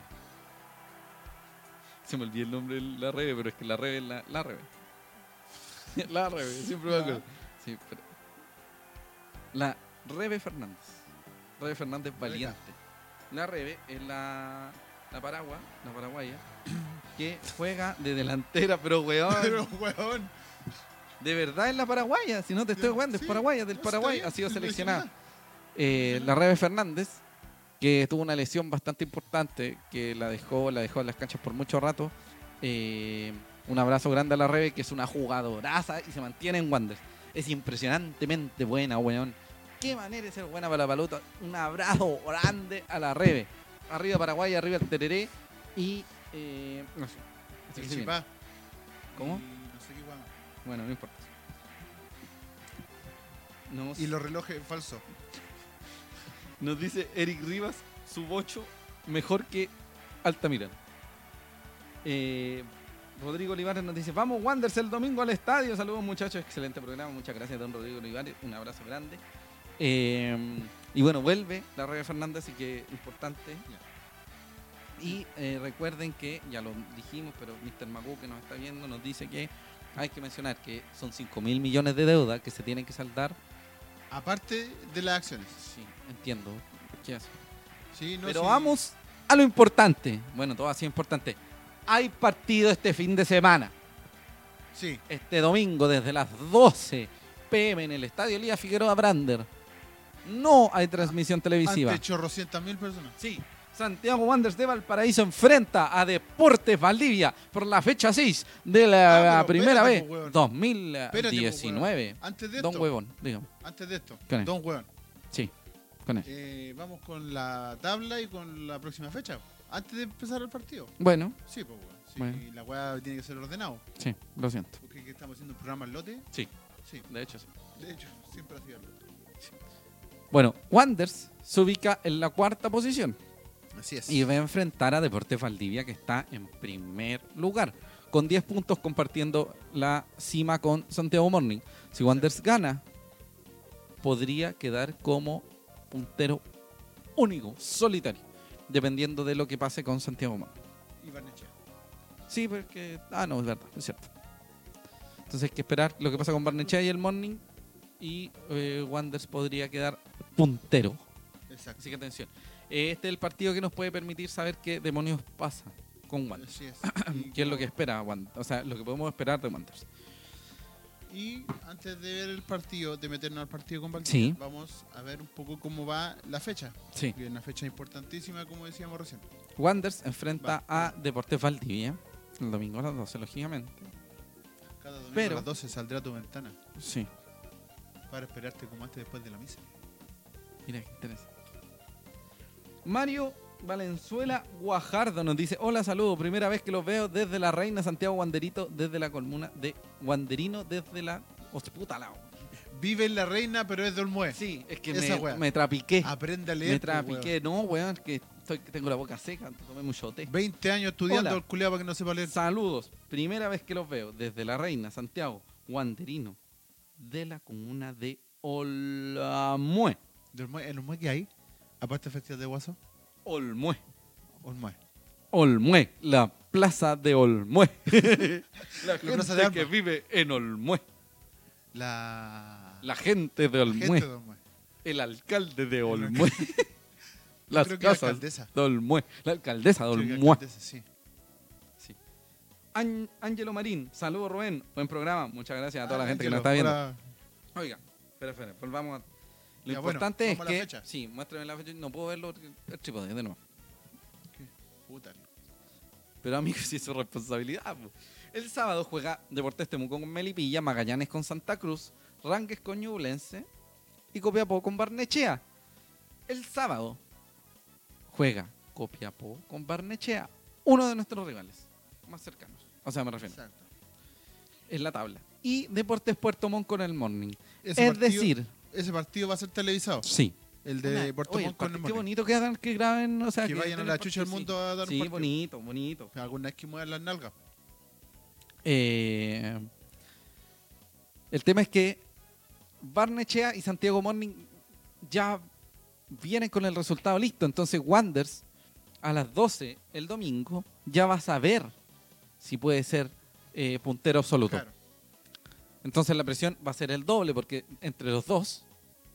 Se me olvidó el nombre de la Rebe, pero es que la Rebe es la, la Rebe. La Rebe, siempre me acuerdo. Sí, espera. La Rebe Fernández. Rebe Fernández Valiente. La Rebe es la, la paragua, la paraguaya, que juega de delantera, pero weón. Pero, weón. De verdad es la paraguaya, si no te estoy jugando, es Sí, paraguaya, del no, está Paraguay, bien, ha sido sí, seleccionada. mencionada. Eh, la Rebe Fernández, que tuvo una lesión bastante importante, que la dejó, la dejó en las canchas por mucho rato. Eh, un abrazo grande a la Rebe, que es una jugadoraza y se mantiene en Wander. Es impresionantemente buena, weón. Qué manera de ser buena para la pelota. Un abrazo grande a la Rebe. Arriba Paraguay, arriba el Tereré y... Eh, no sé. Así que El se viene. chipá. ¿Cómo? Y no sé qué guay más. Bueno, no importa. Nos, Y los relojes falsos. nos dice Eric Rivas, sub ocho, mejor que Altamirano. Eh, Rodrigo Olivares nos dice, vamos Wanderers el domingo al estadio. Saludos muchachos, excelente programa. Muchas gracias, don Rodrigo Olivares. Un abrazo grande. Eh, y bueno, vuelve la Rebe Fernández, así que importante. Y eh, recuerden que, ya lo dijimos, pero mister Magú que nos está viendo nos dice que hay que mencionar que son cinco mil millones de deuda que se tienen que saldar. Aparte de las acciones. Sí, entiendo. ¿Qué hace? Sí, no, Pero sí. vamos a lo importante. Bueno, todo así importante. Hay partido este fin de semana. Sí. Este domingo desde las doce pe eme en el Estadio Elías Figueroa Brander. No hay transmisión televisiva. Ante chorrocientas mil personas. Sí, Santiago Wanderers de Valparaíso enfrenta a Deportes Valdivia por la fecha seis de la Ah, pero primera espérate, vez po, weón. dos mil Espérate, po, diecinueve. weón. Antes de esto. Don Huevón, digamos. Antes de esto. Con él. Don Huevón. Sí, con él. Eh, vamos con la tabla y con la próxima fecha. Antes de empezar el partido. Bueno, Sí, pues, weón. Sí, Bueno. la weá tiene que ser ordenado. sí, lo siento. Porque ¿qué estamos haciendo un programa al lote. Sí, Sí, de hecho sí. de hecho, siempre hacía al lote. Bueno, Wanderers se ubica en la cuarta posición Así es. y va a enfrentar a Deportes Valdivia, que está en primer lugar, con diez puntos compartiendo la cima con Santiago Morning. Si Wanderers gana, podría quedar como puntero único, solitario, dependiendo de lo que pase con Santiago Morning. Y Barnechea. Sí, porque... Ah, no, es verdad, es cierto. Entonces hay que esperar lo que pasa con Barnechea y el Morning, y eh, Wanderers podría quedar puntero. Exacto. Así que atención. Este es el partido que nos puede permitir saber qué demonios pasa con Wanderers. Así es. Y ¿Qué es lo como- que espera Wanderers? O sea, lo que podemos esperar de Wanderers. Y antes de ver el partido, de meternos al partido con Valdivia, Sí. vamos a ver un poco cómo va la fecha. Sí. Que es una fecha importantísima, como decíamos recién. Wanderers enfrenta Va. a Deportes Valdivia el domingo a las doce, lógicamente. Cada domingo Pero- a las doce saldrá tu ventana Sí. para esperarte como antes después de la misa. Mira, qué interesante. Mario Valenzuela Guajardo nos dice, hola, saludos, primera vez que los veo desde la Reina Santiago Wanderito, desde la comuna de Wanderino, desde la... Oh, puta la... Vive en la reina, pero es de Olmué. Sí, es que Esa me, wea. me trapiqué. Aprende a leer. Me po, trapiqué. No, weón, que estoy, que tengo la boca seca, tomé mucho té. weón. veinte años estudiando Hola. el culiao para que no sepa leer. Saludos, primera vez que los veo desde la Reina Santiago Wanderino, de la comuna de Olmue. ¿De Olmué? ¿En Olmué qué hay? Aparte de festival de Guaso. Olmue. Olmué. Olmue, la plaza de Olmue. la gente plaza de que armas. vive en Olmue. La... La gente de La Olmué. gente de Olmué. El alcalde de Olmué. Las Creo que la casas alcaldesa. de Olmué. La alcaldesa de Creo que Olmué. alcaldesa, sí. Sí. Án- Ángelo Marín, saludos Rubén, buen programa, muchas gracias a toda la Ah, gente que Ángelo, nos está viendo. hola. Oiga, espera, espera, volvamos a... Lo Ya, bueno, importante vamos a es la que... fecha. Sí, muéstrame la fecha, no puedo verlo porque el trípode, de nuevo. Puta. Pero amigo, sí es su responsabilidad. Po. El sábado juega Deportes Temuco con Melipilla, Magallanes con Santa Cruz, Ranques con Ñublense y Copiapó con Barnechea. El sábado juega Copiapó con Barnechea, uno de nuestros rivales más cercanos. O sea, me refiero, Exacto. en la tabla. Y Deportes Puerto Montt con el Morning. Ese Es partido- decir, Ese partido va a ser televisado. sí. El de Una- Puerto oye, Montt con el qué Morning. bonito que hagan, que graben, o sea, Que vayan a den la el chucha del partido, mundo a dar un sí. Sí, partido. bonito, bonito. Alguna vez que muevan las nalgas. Eh, el tema es que Barnechea y Santiago Morning ya vienen con el resultado listo. Entonces Wanderers a las doce el domingo ya va a saber si puede ser eh, puntero absoluto. Claro. Entonces la presión va a ser el doble porque entre los dos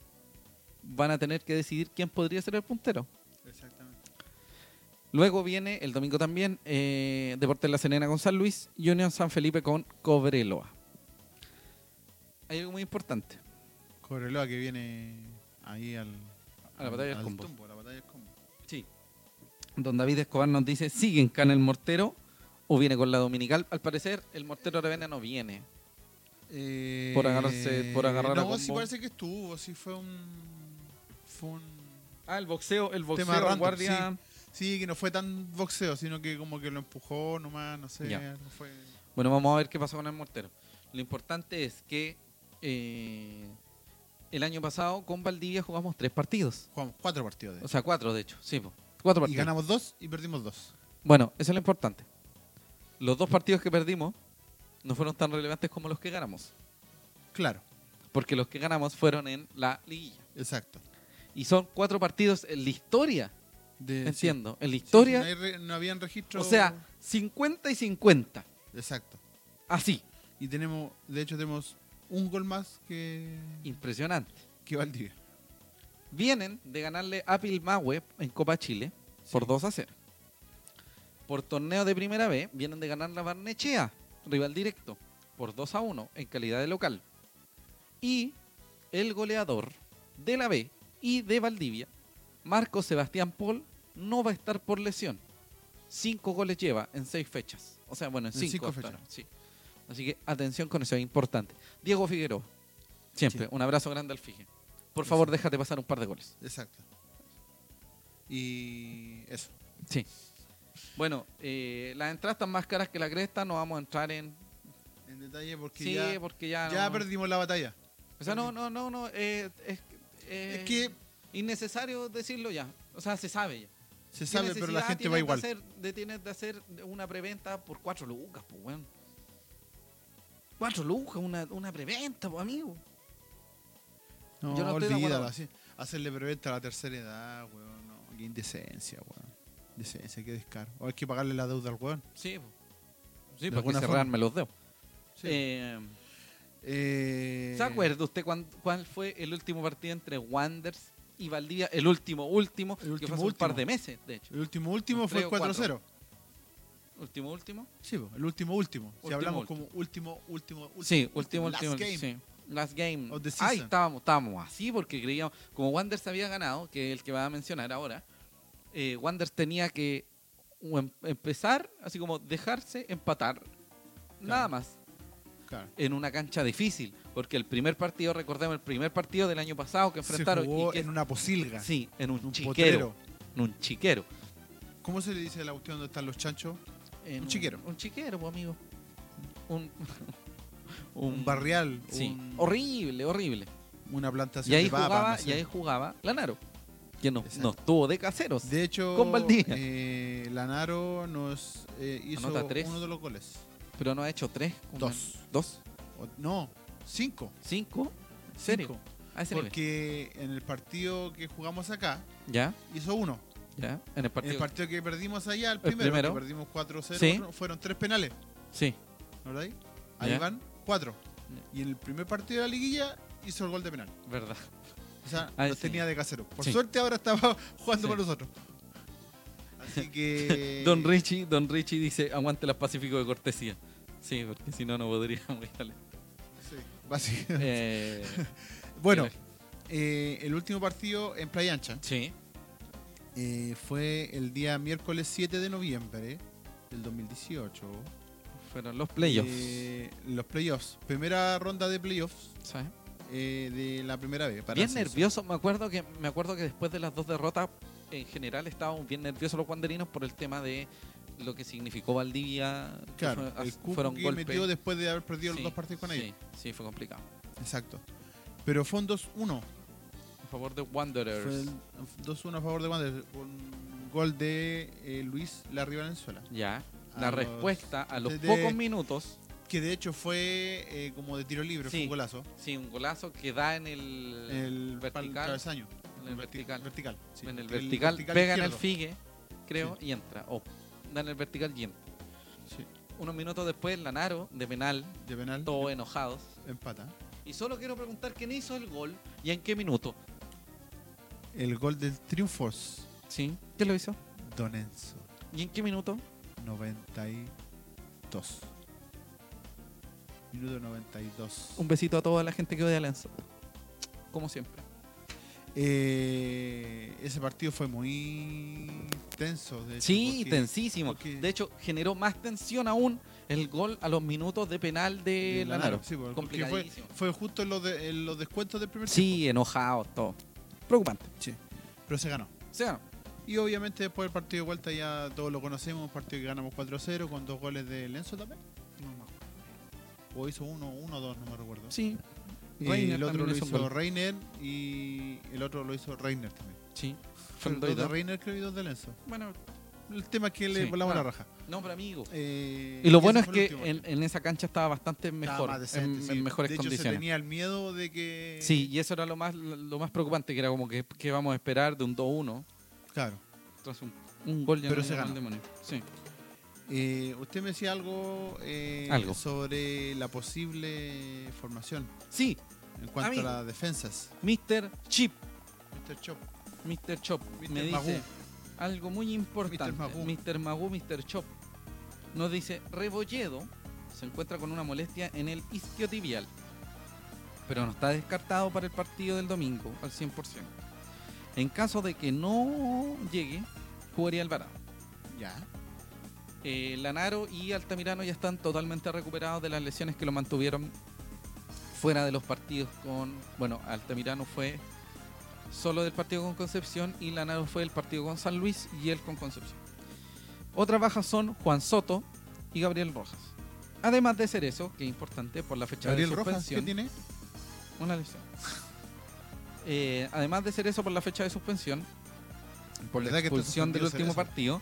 van a tener que decidir quién podría ser el puntero. Exactamente. Luego viene el domingo también eh, Deportes La Serena con San Luis y Unión San Felipe con Cobreloa. Hay algo muy importante. Cobreloa que viene ahí al, A la batalla del al combo. tumbo, a la batalla del combo. Sí. Don David Escobar nos dice, ¿siguen Can el Mortero o viene con la Dominical? Al parecer el Mortero Arevena no viene. Eh, Por agarrarse- por agarrar a No, combo. sí parece que estuvo, sí fue un... Fue un... Ah, el boxeo, el boxeo, Tema el random, guardia. Sí, que no fue tan boxeo, sino que como que lo empujó nomás, no sé, Ya. no fue... Bueno, vamos a ver qué pasó con el Mortero. Lo importante es que eh, el año pasado con Valdivia jugamos tres partidos. Jugamos cuatro partidos de O sea, cuatro de hecho. Sí, po. cuatro Y partidos. ganamos dos y perdimos dos. Bueno, eso es lo importante. Los dos partidos que perdimos no fueron tan relevantes como los que ganamos. Claro, Porque los que ganamos fueron en la liguilla. exacto. Y son cuatro partidos en la historia. De, Entiendo. En la sí. Sí, historia. no, hay re- no habían registro... O sea, cincuenta y cincuenta. Exacto. Así. Y tenemos, de hecho tenemos un gol más que, Impresionante. que Valdivia. Vienen de ganarle a Pilmahue en Copa Chile por dos a cero. Por torneo de primera B, vienen de ganar la Barnechea, rival directo, por dos a uno en calidad de local. Y el goleador de la B y de Valdivia, Marco Sebastián Paul, no va a estar por lesión. Cinco goles lleva en seis fechas. O sea, bueno, en En cinco, cinco hasta fechas. ahora, sí. Así que atención con eso, es importante. Diego Figueroa, siempre, Sí. un abrazo grande al Fige. Por Eso. favor, déjate pasar un par de goles. Exacto. Y eso. Sí. Bueno, eh, las entradas están más caras que la cresta, no vamos a entrar en... En detalle porque Sí, ya, porque ya... ya no- perdimos la batalla. O sea, no, no, no, no, eh, es, eh, Es que innecesario decirlo ya. O sea, se sabe ya. se ¿Qué sabe, pero la necesidad gente tienes va de igual. hacer- de, tienes de hacer una preventa por cuatro lucas, pues, weón. Cuatro lucas, una, una preventa, pues, amigo. No, Yo no estoy de olvídalo. acuerdo. Así, hacerle preventa a la tercera edad, weón. No, qué indecencia, weón. Indecencia, qué descaro. O hay que pagarle la deuda al weón. Sí, pues. Sí, De para que alguna cerrarme los dedos. Sí. Eh, Eh, ¿Se acuerda usted cuán- cuál fue el último partido entre Wanderers y Valdivia? El último, último, El que último, fue hace un par último. de meses, de hecho. El último último Los fue tres o cuatro cero. Último, último. Sí, po, el último último. Si Último, hablamos último. como último, último, último. Sí, último, last último. game. Sí. Last game. of the Ahí season. estábamos, estábamos así porque creíamos, como Wanderers había ganado, que es el que va a mencionar ahora, eh, Wanderers tenía que o em- empezar, así como dejarse empatar, nada más, Claro. en una cancha difícil, porque el primer partido, recordemos, el primer partido del año pasado que enfrentaron, Se jugó y que- en una posilga. sí, en un, un chiquero, potrero. en un chiquero. ¿Cómo se le dice a la cuestión donde están los chanchos? En Un chiquero. Un chiquero, pues, amigo. Un, Un barrial. Sí, un- horrible, horrible. una plantación Y ahí de papas. jugaba, no sé. y ahí jugaba Lanaro, que nos, Exacto. nos tuvo de caseros. De hecho, con Valdivia. eh, Lanaro nos eh, hizo Anota tres. uno de los goles. Pero no ha hecho tres. como Dos. en- ¿Dos? O- no, cinco. ¿Cinco? ¿En serio? Cinco. A ese nivel. Porque en el partido que jugamos acá, ¿Ya? hizo uno. ¿Ya? En el partido. En el partido que perdimos allá, el El primero, primero. que perdimos cuatro cero, Sí. fueron tres penales. Sí. ¿Verdad? Ahí Ya. van cuatro. Y en el primer partido de la liguilla hizo el gol de penal. Verdad. O sea, Ah, lo sí. tenía de casero. Por Sí. suerte ahora estaba jugando Sí. para nosotros. Así que... Don Richie, Don Richie dice, aguante las Pacífico de cortesía. Sí, porque si no, no podríamos irle. Sí, básicamente. Eh, Bueno, eh, eh, el último partido en Playa Ancha sí, eh, fue el día miércoles siete de noviembre del dos mil dieciocho. fueron los playoffs. Eh, los playoffs. Primera ronda de playoffs ¿sabes? eh, de la primera vez. para Bien ascenso. nervioso, me acuerdo que me acuerdo que después de las dos derrotas, en general estábamos bien nerviosos los guanderinos por el tema de lo que significó Valdivia. que Claro, fue- el cupo fueron que golpes. metió después de haber perdido Sí, los dos partidos con sí, ellos. sí, fue complicado. Exacto. Pero fue un dos uno. A favor de Wanderers. Fue el dos uno a favor de Wanderers. Un gol de eh, Luis Larry Valenzuela. Ya. A La los- respuesta a los de- de- pocos minutos, Que de hecho fue eh, como de tiro libre, fue Sí. un golazo. sí, un golazo que da en el, El vertical. pal- travesaño. En el Verti- vertical. vertical, sí. en el El vertical, pega en el izquierdo. figue, creo, y entra. O da en el vertical y entra. Sí, Unos minutos después, Lanaro, de penal, de penal. todos enojados. Empata. Y solo quiero preguntar quién hizo el gol y en qué minuto. El gol del Triunfos. ¿Sí? ¿Quién lo hizo? Don Enzo. ¿Y en qué minuto? noventa y dos. Minuto noventa y dos. Un besito a toda la gente que odia a Lenzo. Como siempre. Eh, ese partido fue muy tenso. De hecho, Sí, porque- tensísimo. porque- De hecho, generó más tensión aún el gol a los minutos de penal de, de Lanaro. sí, porque fue, Complicadísimo. fue justo en los, de- en los descuentos del primer Sí, enojados, todo. Preocupante. tiempo. Pero se ganó. Se ganó. Y obviamente después del partido de vuelta ya todos lo conocemos, un partido que ganamos cuatro cero con dos goles de Lenzo también. O hizo uno, uno o dos, no me recuerdo. Sí. Y Reiner el otro lo también hizo hizo un gol. Reiner y el otro lo hizo Reiner también. Sí. Fueron Fueron dos dos y de dos. Reiner creo y dos de Lenzo. Bueno, El tema es que le Sí, volamos claro. la raja. no, pero amigo. Eh, Y lo ese bueno es fue el que último en, partido. en esa cancha estaba bastante Estaba mejor, más decente, en, sí. en mejores de hecho, condiciones. se tenía el miedo de que... Sí, y eso era lo más lo más preocupante, que era como que, que vamos a esperar de un dos uno. Claro. Entonces un, un gol ya Pero no se llama ganó. al demonio. Sí. Eh, usted me decía algo, eh, Algo. sobre la posible formación Sí, en cuanto Amigo. a las defensas. mister Chip, mister Chop. mister Chop, mister me dice Magú. algo muy importante. mister Magú. mister Magú, mister Chop. Nos dice, Rebolledo se encuentra con una molestia en el isquiotibial, pero no está descartado para el partido del domingo al cien por ciento. En caso de que no llegue, jugaría Alvarado. Ya. Eh, Lanaro y Altamirano ya están totalmente recuperados de las lesiones que lo mantuvieron fuera de los partidos con... Bueno, Altamirano fue solo del partido con Concepción y Lanaro fue el partido con San Luis y él con Concepción. Otras bajas son Juan Soto y Gabriel Rojas. Además de ser eso, que es importante por la fecha Gabriel de Rojas, ¿qué suspensión. tiene? Una lesión. Eh, además de ser eso por la fecha de suspensión, por la ¿Verdad que está expulsión del suspendido último Cerezo? partido,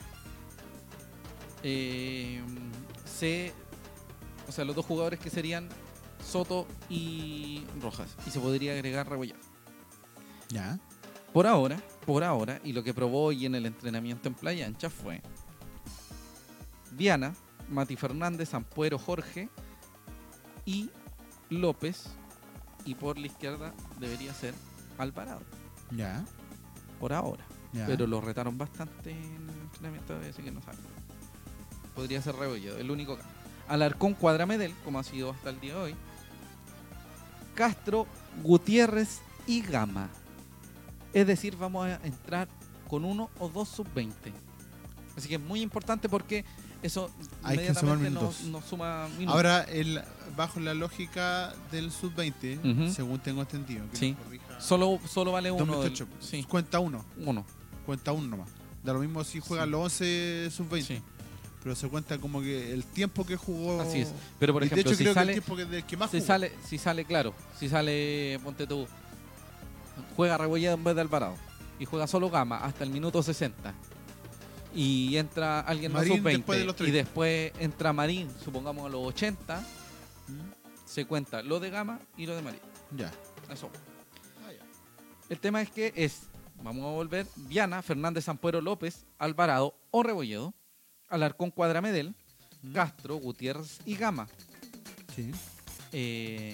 eh, se, o sea, los dos jugadores que serían Soto y Rojas, y se podría agregar Rebolledo. Ya. Por ahora, por ahora, y lo que probó hoy en el entrenamiento en Playa Ancha fue Viana, Mati Fernández, Ampuero, Jorge y López, y por la izquierda debería ser Alvarado, Ya. por ahora. Ya. Pero lo retaron bastante en el entrenamiento, así que no sabe. Podría ser Rebolledo, el único cambio. Alarcón, Cuadramedel, como ha sido hasta el día de hoy. Castro, Gutiérrez y Gama. Es decir, vamos a entrar con uno o dos sub veinte. Así que es muy importante porque eso Hay que sumar inmediatamente nos, minutos. nos suma minutos. Ahora, el, bajo la lógica del sub veinte, Ujú. según tengo entendido, que Sí. nos corrija solo, solo vale Don uno. mister del- Chop, sí, cuenta uno. uno. Cuenta uno nomás. Da lo mismo si juegan Sí. los once sub veinte. Sí. Pero se cuenta como que el tiempo que jugó. Así es. Pero por Y ejemplo, de hecho, si creo sale, que el tiempo que, del que más si jugó. sale, si sale, claro, si sale, ponte tú, juega Rebolledo en vez de Alvarado y juega solo Gama hasta el minuto sesenta y entra alguien más Marín sub veinte después de los y treinta. después entra Marín, supongamos a los ochenta, ¿Mm? se cuenta lo de Gama y lo de Marín. Ya. Eso. Ah, ya. El tema es que es, vamos a volver, Viana, Fernández, Ampuero, López, Alvarado o Rebolledo, Alarcón, Cuadramedel, ¿Mm? Castro, Gutiérrez y Gama. Sí. Eh,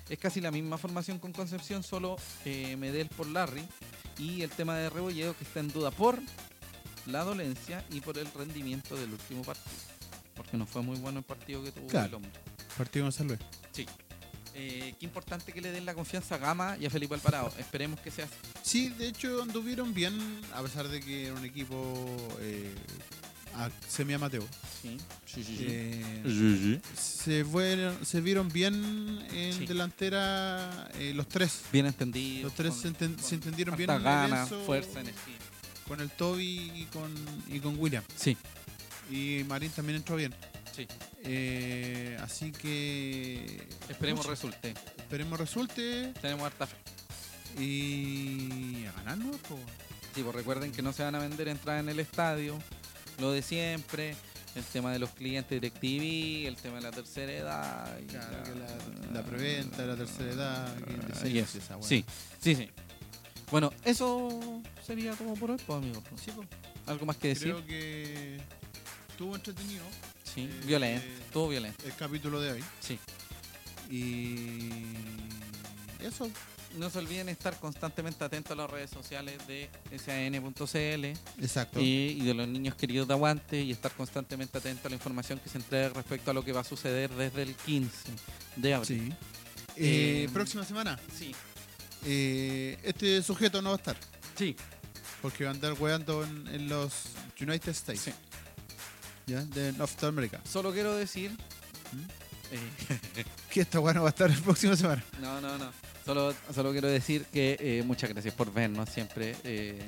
es casi la misma formación con Concepción, solo eh, Medel por Larry, y el tema de Rebolledo que está en duda por la dolencia y por el rendimiento del último partido, porque no fue muy bueno el partido que tuvo Claro. el hombre. Partido con San Luis. Sí. Eh, qué importante que le den la confianza a Gama y a Felipe Alvarado. Esperemos que sea así. Sí, de hecho anduvieron bien, a pesar de que era un equipo eh, a- semi-amateur. Sí, sí, sí. Eh, se, fueron- se vieron bien en Sí. delantera eh, los tres. Bien entendido. Los tres con- se, enten- con se entendieron bien harta en el gana, Enzo, fuerza, energía. con el Toby y con, y con William. Sí, Y Marín también entró bien. sí. Eh, así que Esperemos pucha, resulte. esperemos resulte Tenemos harta fe. y a ganarnos. Po. Sí, pues recuerden que no se van a vender entradas en el estadio. Lo de siempre. El tema de los clientes DirecTV, el tema de la tercera edad. y Claro, la, que la, la preventa, la tercera edad, que y indecencia, eso. esa weá. Sí, sí, sí. Bueno, eso sería todo por hoy, pues, amigo. Sí, po. ¿Algo más que decir? Creo que estuvo entretenido Sí, eh, violento, eh, todo violento. el capítulo de hoy. Sí. Y eso. No se olviden estar constantemente atentos a las redes sociales de S A N punto C L Exacto. y, y de los niños queridos de Aguante, y estar constantemente atentos a la información que se entrega respecto a lo que va a suceder desde el quince de abril. Sí. Eh, Eh, próxima semana. Sí, eh, este sujeto no va a estar. sí, Porque va a andar weando en, en los United States. sí. ¿Ya? De Norteamérica. Solo quiero decir... ¿Mm? eh, Que esta weá no va a estar la próxima semana. no, no, no. Solo, solo quiero decir que eh, muchas gracias por vernos siempre. eh,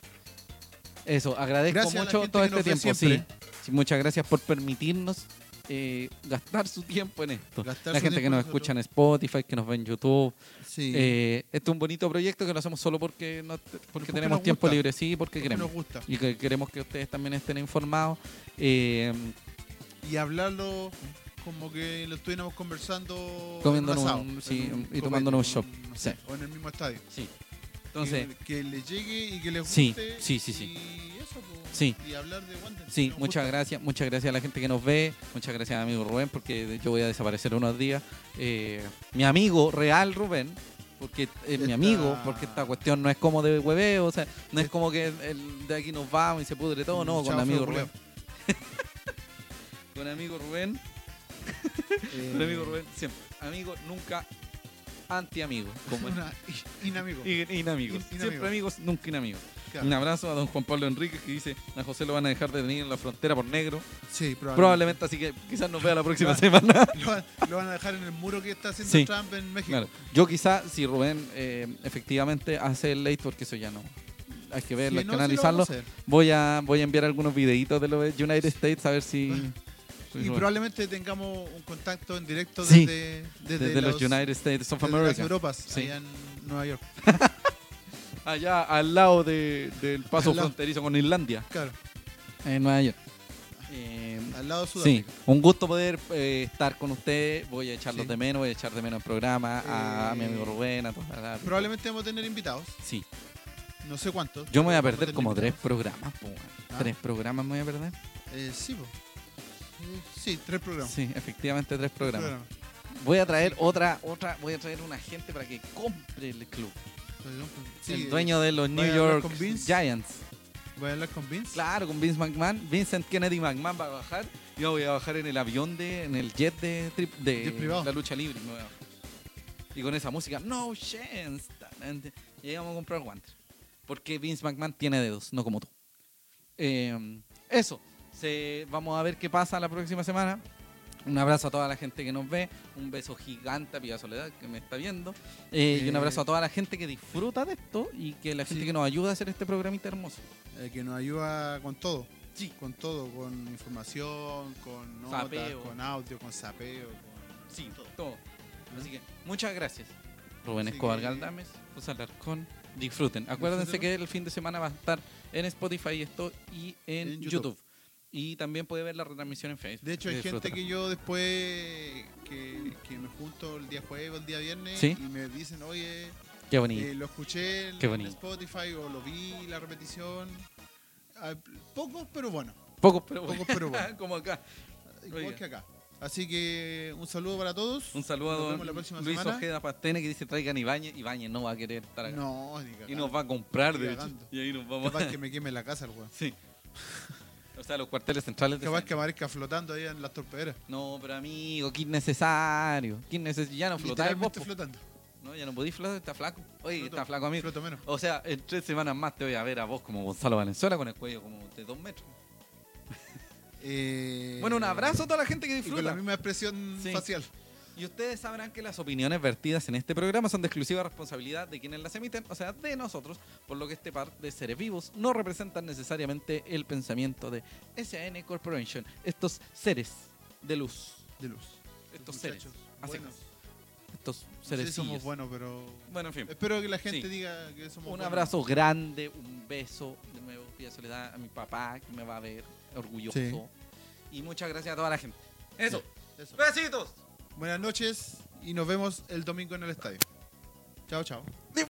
eso, agradezco Gracias a la mucho gente todo que este nos ve tiempo. Sí, siempre. sí, muchas gracias por permitirnos eh, gastar su tiempo en esto. Gastar La su gente que tiempo nos en escucha en nosotros. Spotify, que nos ve en YouTube. Sí. Eh, este es un bonito proyecto que lo hacemos solo porque, no, porque, Porque tenemos nos tiempo gusta. libre, sí, porque Porque queremos. nos gusta. Y que queremos que ustedes también estén informados. Eh, Y hablarlo como que lo estuviéramos conversando. Comiéndonos en asado, un- sí, en un y copete, tomándonos un con shot. no sé, Sí. O en el mismo estadio. sí. Entonces, que, que les llegue y que les Sí, guste. sí, sí, sí. Y eso, po, Sí. Y hablar de Wander. sí, Nos muchas gusta. gracias. Muchas gracias a la gente que nos ve. Muchas gracias a mi amigo Rubén, porque yo voy a desaparecer unos días. Eh, mi amigo real Rubén, porque es mi Esta- amigo, porque esta cuestión no es como de hueveo, o sea, no es Es- como que el de aquí nos vamos y se pudre todo, no, Mm, con chao, amigo feo Rubén. culiao. Con amigo Rubén, Eh, con amigo Rubén, siempre. Amigo, nunca anti-amigo. Como Una, inamigo. in- inamigos. In- Siempre inamigos. amigos, nunca inamigos. Claro. Un abrazo a don Juan Pablo Enríquez, que dice, a José lo van a dejar de venir en la frontera por negro. Sí, probablemente. Probablemente, así que quizás nos vea la próxima Va. semana. Lo, van- lo van a dejar en el muro que está haciendo Sí. Trump en México. Claro. Yo quizás, si Rubén eh, efectivamente hace el late, porque eso ya no, hay que verlo, Sí, hay no, que sí lo analizarlo, vamos a hacer. voy a voy a enviar algunos videitos de los United States a ver si... Y probablemente tengamos un contacto en directo Sí, desde, desde, desde los, los, United States of desde las America. Europas, Sí. allá en Nueva York. Allá al lado de- del paso Al lado. fronterizo con Islandia, Claro, en Nueva York. Eh, al lado de Sí, Sudáfrica. un gusto poder eh, estar con ustedes. Voy a echarlos Sí. de menos, voy a echar de menos el programa, a, Eh, mi amigo Rubén, a toda la... Probablemente vamos a tener invitados, Sí, no sé cuántos. yo me voy a pero vamos perder tener como tres invitados. programas. po, weón. Ah. Tres programas me voy a perder. Eh, sí, po. Eh, sí, tres programas. Sí, efectivamente tres Tres programas. programas. Voy a traer otra, otra, voy a traer una gente para que compre el club. Sí, el dueño de los New ¿vaya a hablar York con Vince? Giants. Voy a hablar con Vince. Claro, con Vince McMahon. Vincent Kennedy McMahon va a bajar. Yo voy a bajar en el avión de, en el jet de, trip- de Jet privado. la lucha libre. me voy a bajar. Y con esa música, no chance. Y ahí vamos a comprar guantes. Porque Vince McMahon tiene dedos, no como tú. Eh, eso. Se, vamos a ver qué pasa la próxima semana. Un abrazo a toda la gente que nos ve. Un beso gigante a Pia Soledad que me está viendo. Eh, y un Eh, abrazo a toda la gente que disfruta de esto y que la gente Sí. que nos ayuda a hacer este programita hermoso. Eh, que nos ayuda con todo. Sí. Con todo, con información, con notas, Sapeo. con audio, con sapeo. Con... Sí, todo. Así que muchas gracias. Rubén Así Escobar que- Galdames, José Alarcón. Disfruten. Acuérdense Disfrútenlo. que el fin de semana va a estar en Spotify esto y en, En YouTube. YouTube. Y también puede ver la retransmisión en Facebook. De hecho, hay gente Disfrútenla. que yo después que, que me junto el día jueves o el día viernes Sí. y me dicen, oye, Qué bonito. eh, lo escuché en, Qué en bonito. Spotify o lo vi la repetición. Ah, pocos, pero bueno. Pocos, pero bueno. Pocos, pero bueno. Como acá. Igual Oiga. que acá. Así que un saludo para todos. Un saludo a Nos don vemos la próxima Luis semana. Ojeda Pastene que dice traigan Ibáñez. Ibáñez no va a querer estar acá. No, ni cagando. Y nos va a comprar, Ni de hecho. cagando. Y ahí nos vamos Capaz que me queme la casa el weón. Sí. O sea, los cuarteles centrales de Capaz San- que aparezca flotando ahí en las torpederas. No, pero amigo, qué innecesario. Qué innecesario. Ya no flotáis vos. Literalmente po. flotando. No, ya no podéis flotar, está flaco. Oye, Floto- está flaco, amigo. Floto menos. O sea, en tres semanas más te voy a ver a vos como Gonzalo Valenzuela con el cuello como de dos metros. Eh, Bueno, un abrazo a toda la gente que Y con la disfruta. misma expresión Sí. facial. Y ustedes sabrán que las opiniones vertidas en este programa son de exclusiva responsabilidad de quienes las emiten, o sea, de nosotros, por lo que este par de seres vivos no representan necesariamente el pensamiento de S A N Corporation, estos seres de luz, De luz. estos Muchachos, seres, a buenos. secas, estos No sé seres. si somos buenos, pero Bueno, en fin. espero que la gente Sí. diga que somos Un buenos. abrazo grande, un beso de nuevo, pida soledad a mi papá que me va a ver orgulloso. Sí. Y muchas gracias a toda la gente. Eso. Eso. Besitos. Buenas noches y nos vemos el domingo en el estadio. Chao, chao.